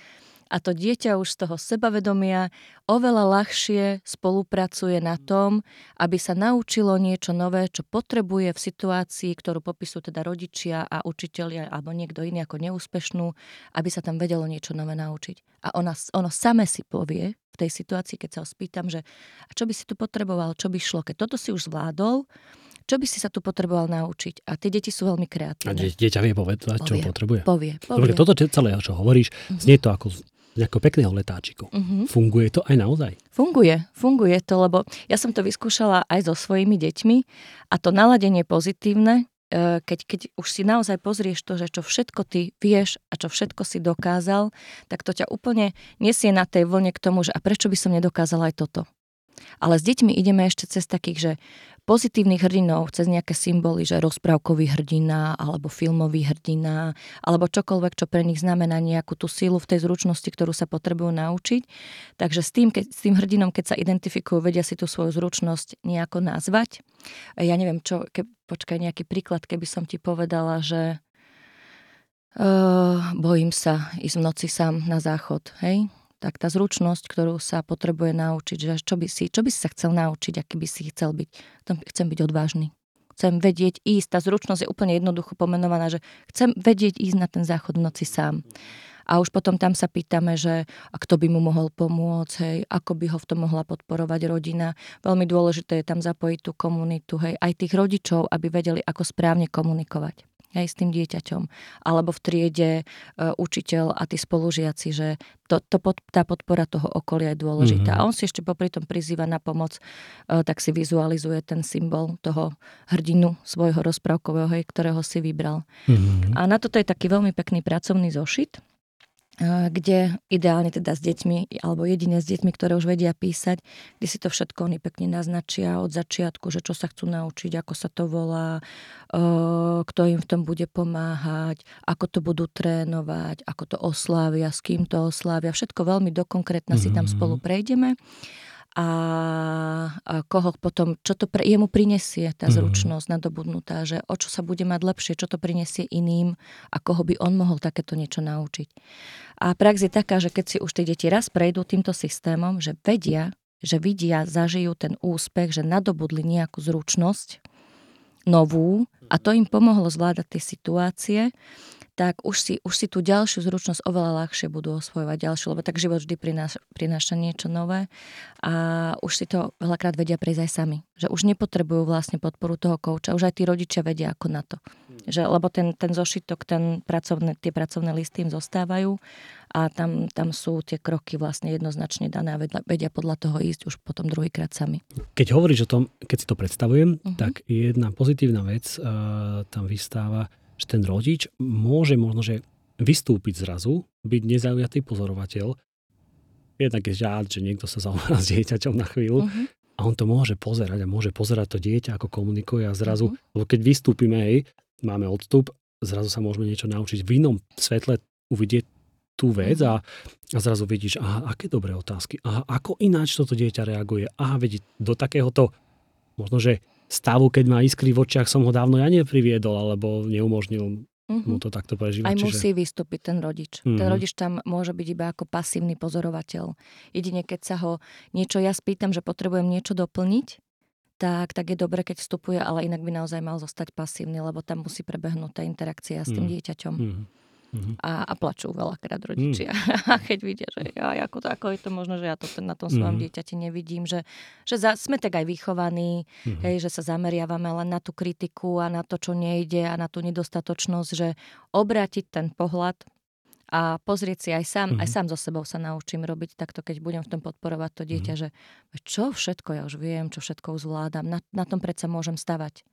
A to dieťa už z toho sebavedomia oveľa ľahšie spolupracuje na tom, aby sa naučilo niečo nové, čo potrebuje v situácii, ktorú popisujú teda rodičia a učitelia alebo niekto iný ako neúspešnú, aby sa tam vedelo niečo nové naučiť. A ona, ono same si povie v tej situácii, keď sa ho spýtam, že a čo by si tu potreboval, čo by šlo, keď toto si už zvládol, čo by si sa tu potreboval naučiť? A tie deti sú veľmi kreatívne. A dieťa vie povedať, čo povie, potrebuje. Povie, povie. Dobre, toto celé, čo hovoríš, uh-huh. znie to ako nejakého pekného letáčiku. Uh-huh. Funguje to aj naozaj? Funguje, funguje to, lebo ja som to vyskúšala aj so svojimi deťmi a to naladenie pozitívne, keď, keď už si naozaj pozrieš to, že čo všetko ty vieš a čo všetko si dokázal, tak to ťa úplne nesie na tej vlne k tomu, že a prečo by som nedokázala aj toto. Ale s deťmi ideme ešte cez takých, že pozitívnych hrdinov, cez nejaké symboly, že rozprávkový hrdina, alebo filmový hrdina, alebo čokoľvek, čo pre nich znamená nejakú tú silu v tej zručnosti, ktorú sa potrebujú naučiť. Takže s tým, keď, s tým hrdinom, keď sa identifikujú, vedia si tú svoju zručnosť nejako nazvať. Ja neviem, čo, ke, počkaj, nejaký príklad, keby som ti povedala, že uh, bojím sa ísť v noci sám na záchod, hej? Tak tá zručnosť, ktorú sa potrebuje naučiť, že čo by si, čo by si sa chcel naučiť, aký by si chcel byť. Chcem byť odvážny. Chcem vedieť ísť. Tá zručnosť je úplne jednoducho pomenovaná, že chcem vedieť ísť na ten záchod v noci sám. A už potom tam sa pýtame, že a kto by mu mohol pomôcť, hej, ako by ho v tom mohla podporovať rodina. Veľmi dôležité je tam zapojiť tú komunitu, hej, aj tých rodičov, aby vedeli, ako správne komunikovať. Aj s tým dieťaťom, alebo v triede e, učiteľ a tí spolužiaci, že to, to pod, tá podpora toho okolia je dôležitá. Mm-hmm. A on si ešte popri tom prizýva na pomoc, e, tak si vizualizuje ten symbol toho hrdinu svojho rozprávkového, hej, ktorého si vybral. Mm-hmm. A na toto je taký veľmi pekný pracovný zošit, kde ideálne teda s deťmi, alebo jedine s deťmi, ktoré už vedia písať, kde si to všetko oni pekne naznačia od začiatku, že čo sa chcú naučiť, ako sa to volá, kto im v tom bude pomáhať, ako to budú trénovať, ako to oslávia, s kým to oslávia. Všetko veľmi dokonkrétne si tam spolu prejdeme. A, a koho potom, čo to pre, jemu prinesie tá zručnosť nadobudnutá, že o čo sa bude mať lepšie, čo to prinesie iným a koho by on mohol takéto niečo naučiť. A prax je taká, že keď si už tie deti raz prejdú týmto systémom, že vedia, že vidia, zažijú ten úspech, že nadobudli nejakú zručnosť novú a to im pomohlo zvládať tie situácie, tak už si, už si tú ďalšiu zručnosť oveľa ľahšie budú osvojovať ďalšiu, lebo tak život vždy prináša, prináša niečo nové a už si to veľakrát vedia prejsť aj sami. Že už nepotrebujú vlastne podporu toho kouča, už aj tí rodičia vedia ako na to. Že, lebo ten, ten zošitok, ten pracovné, tie pracovné listy im zostávajú a tam, tam sú tie kroky vlastne jednoznačne dané a vedia, vedia podľa toho ísť už potom druhýkrát sami. Keď hovoríš o tom, keď si to predstavujem, uh-huh. tak jedna pozitívna vec uh, tam vystáva, že ten rodič môže možno, že vystúpiť zrazu, byť nezaujatý pozorovateľ. Jednak je žád, že niekto sa zaujíma s dieťaťom na chvíľu uh-huh. a on to môže pozerať a môže pozerať to dieťa, ako komunikuje a zrazu, uh-huh. lebo keď vystúpime, hej, máme odstup, zrazu sa môžeme niečo naučiť v inom svetle, uvidieť tú vec a, a zrazu vidíš, aha, aké dobré otázky, aha, ako ináč toto dieťa reaguje, aha, vedieť do takéhoto, možno, že stavu, keď má iskry v očiach, som ho dávno ja nepriviedol, alebo neumožnil Mm-hmm. mu to takto prežívať. Aj čiže... musí vystúpiť ten rodič. Mm-hmm. Ten rodič tam môže byť iba ako pasívny pozorovateľ. Jedine keď sa ho niečo ja spýtam, že potrebujem niečo doplniť, tak, tak je dobre, keď vstupuje, ale inak by naozaj mal zostať pasívny, lebo tam musí prebehnúť tá interakcia s tým mm. dieťaťom. Mm. Mm-hmm. A, a plačú veľakrát rodičia. Mm. A keď vidia, že ja, ako, to, ako je to možno, že ja to na tom svojom mm. dieťati nevidím, že, že za, sme tak aj vychovaní, mm. hej, že sa zameriavame len na tú kritiku a na to, čo nejde a na tú nedostatočnosť, že obrátiť ten pohľad a pozrieť si aj sám, mm. aj sám so sebou sa naučím robiť takto, keď budem v tom podporovať to dieťa, mm. že čo všetko ja už viem, čo všetko už zvládam, na, na tom predsa môžem stavať.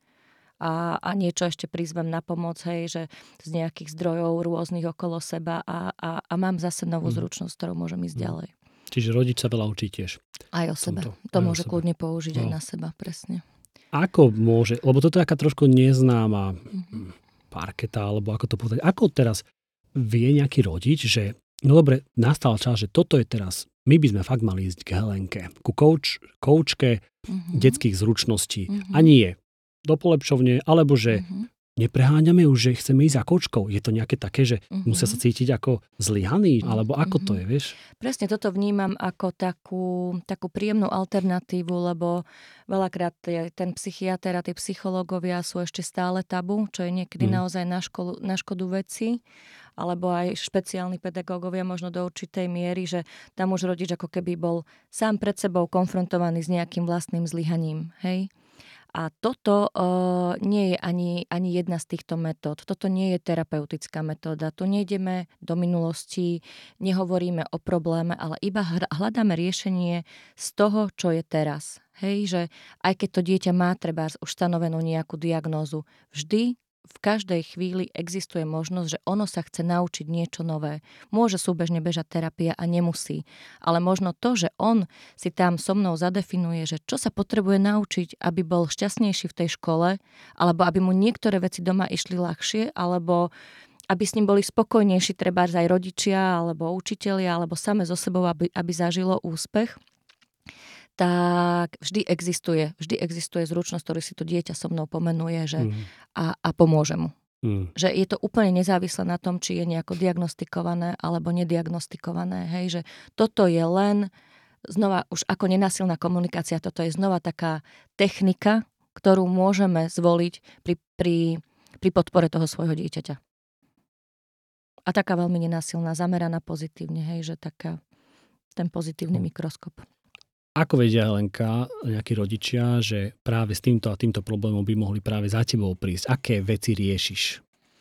A, a niečo ešte prizvem na pomoc, hej, že z nejakých zdrojov rôznych okolo seba a, a, a mám zase novú mm. zručnosť, ktorou môžem ísť mm. ďalej. Čiže rodič sa veľa učí tiež. Aj o sebe. Tomto. To aj môže kľudne použiť no. aj na seba, presne. Ako môže, lebo toto je taká trošku neznáma mm-hmm. parketa, alebo ako to povedať. Ako teraz vie nejaký rodič, že no dobre, nastal čas, že toto je teraz, my by sme fakt mali ísť k Helenke, ku kouč, koučke mm-hmm. detských zručností. Mm-hmm. A nie do polepšovne, alebo že uh-huh. nepreháňame už, že chceme ísť za kočkou. Je to nejaké také, že uh-huh. musia sa cítiť ako zlyhaní, alebo ako uh-huh. to je, vieš? Presne toto vnímam ako takú, takú príjemnú alternatívu, lebo veľakrát je, ten psychiater a tí psychológovia sú ešte stále tabu, čo je niekedy uh-huh. naozaj na, školu, na škodu veci, alebo aj špeciálni pedagógovia možno do určitej miery, že tam už rodič ako keby bol sám pred sebou konfrontovaný s nejakým vlastným zlyhaním, hej? A toto uh, nie je ani, ani jedna z týchto metód. Toto nie je terapeutická metóda. Tu nejdeme do minulosti, nehovoríme o probléme, ale iba hľadáme riešenie z toho, čo je teraz. Hej, že aj keď to dieťa má trebárs už stanovenú nejakú diagnózu, vždy v každej chvíli existuje možnosť, že ono sa chce naučiť niečo nové. Môže súbežne bežať terapia a nemusí. Ale možno to, že on si tam so mnou zadefinuje, že čo sa potrebuje naučiť, aby bol šťastnejší v tej škole, alebo aby mu niektoré veci doma išli ľahšie, alebo aby s ním boli spokojnejší trebárs aj rodičia, alebo učitelia, alebo same so sebou, aby, aby zažilo úspech, tak vždy existuje, vždy existuje zručnosť, ktorú si to dieťa so mnou pomenuje, že mm. a, a pomôže mu. Mm. Že je to úplne nezávislé na tom, či je nejako diagnostikované alebo nediagnostikované. Hej, že toto je len znova už ako nenásilná komunikácia, toto je znova taká technika, ktorú môžeme zvoliť pri, pri, pri podpore toho svojho dieťaťa. A taká veľmi nenásilná, zameraná pozitívne, hej, že taká ten pozitívny mm. mikroskop. Ako vedia, Helenka, nejakí rodičia, že práve s týmto a týmto problémom by mohli práve za tebou prísť? Aké veci riešiš?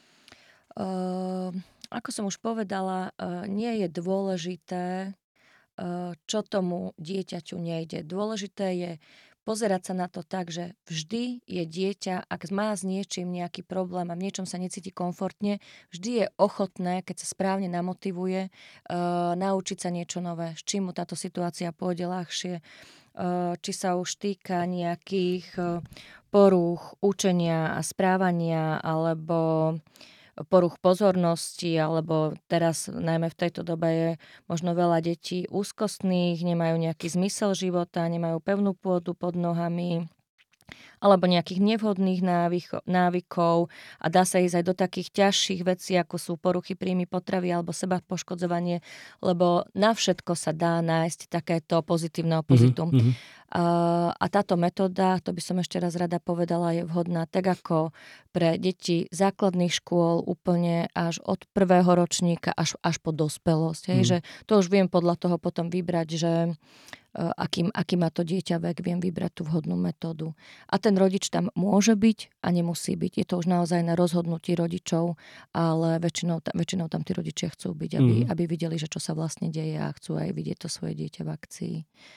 Uh, ako som už povedala, uh, nie je dôležité, uh, čo tomu dieťaťu nejde. Dôležité je pozerať sa na to tak, že vždy je dieťa, ak má s niečím nejaký problém a v niečom sa necíti komfortne, vždy je ochotné, keď sa správne namotivuje, uh, naučiť sa niečo nové, s čím mu táto situácia pôjde ľahšie, uh, či sa už týka nejakých uh, porúch učenia a správania, alebo poruch pozornosti, alebo teraz najmä v tejto dobe je možno veľa detí úzkostných, nemajú nejaký zmysel života, nemajú pevnú pôdu pod nohami, alebo nejakých nevhodných návyko, návykov a dá sa ísť aj do takých ťažších vecí, ako sú poruchy príjmy potravy alebo seba poškodzovanie, lebo na všetko sa dá nájsť takéto pozitívne opozitum. Mm-hmm. A, a táto metóda, to by som ešte raz rada povedala, je vhodná tak ako pre deti základných škôl úplne až od prvého ročníka až, až po dospelosť. Hej, mm. že to už viem podľa toho potom vybrať, že aký, aký má to dieťa vek, viem vybrať tú vhodnú metódu. A ten rodič tam môže byť a nemusí byť. Je to už naozaj na rozhodnutí rodičov, ale väčšinou, väčšinou tam tí rodičia chcú byť, aby, mm. aby videli, že čo sa vlastne deje a chcú aj vidieť to svoje dieťa v akcii.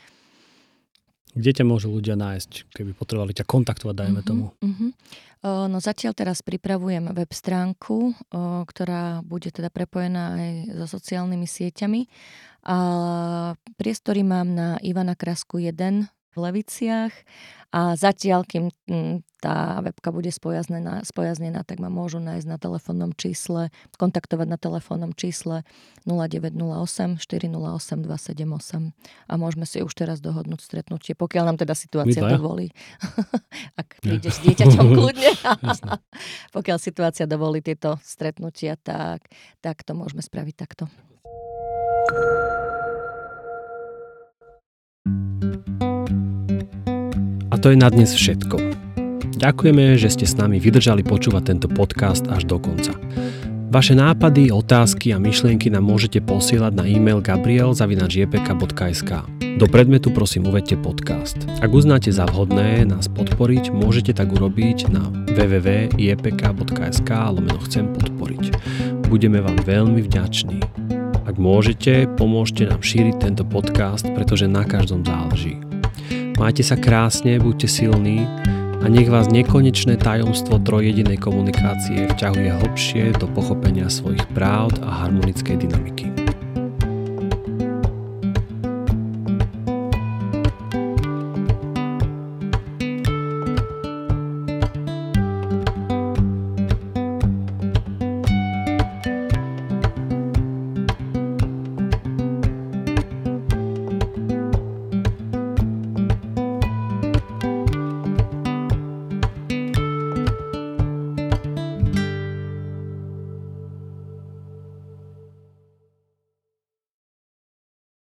Kde ťa môžu ľudia nájsť, keby potrebovali ťa kontaktovať, dajme uh-huh, tomu? Uh-huh. O, no zatiaľ teraz pripravujem web stránku, o, ktorá bude teda prepojená aj so sociálnymi sieťami. A priestory mám na Ivana Krasku jeden v Leviciach. A zatiaľ, kým tá webka bude spojaznená, spojaznená, tak ma môžu nájsť na telefónnom čísle, kontaktovať na telefónnom čísle nula deväť nula osem štyri nula osem dva sedem osem. A môžeme si už teraz dohodnúť stretnutie, pokiaľ nám teda situácia dovolí. Ak prídeš s dieťaťom kľudne. Pokiaľ situácia dovolí tieto stretnutia, tak, tak to môžeme spraviť takto. A to je na dnes všetko. Ďakujeme, že ste s nami vydržali počúvať tento podcast až do konca. Vaše nápady, otázky a myšlienky nám môžete posielať na e-mail gabriel zavináč j p k bodka es ka. Do predmetu prosím uvedte podcast. Ak uznáte za vhodné nás podporiť, môžete tak urobiť na w w w bodka j p k bodka es ka lomeno chcem podporiť. Budeme vám veľmi vďační. Ak môžete, pomôžte nám šíriť tento podcast, pretože na každom záleží. Majte sa krásne, buďte silní a nech vás nekonečné tajomstvo trojjedinej komunikácie vťahuje hlbšie do pochopenia svojich práv a harmonickej dynamiky.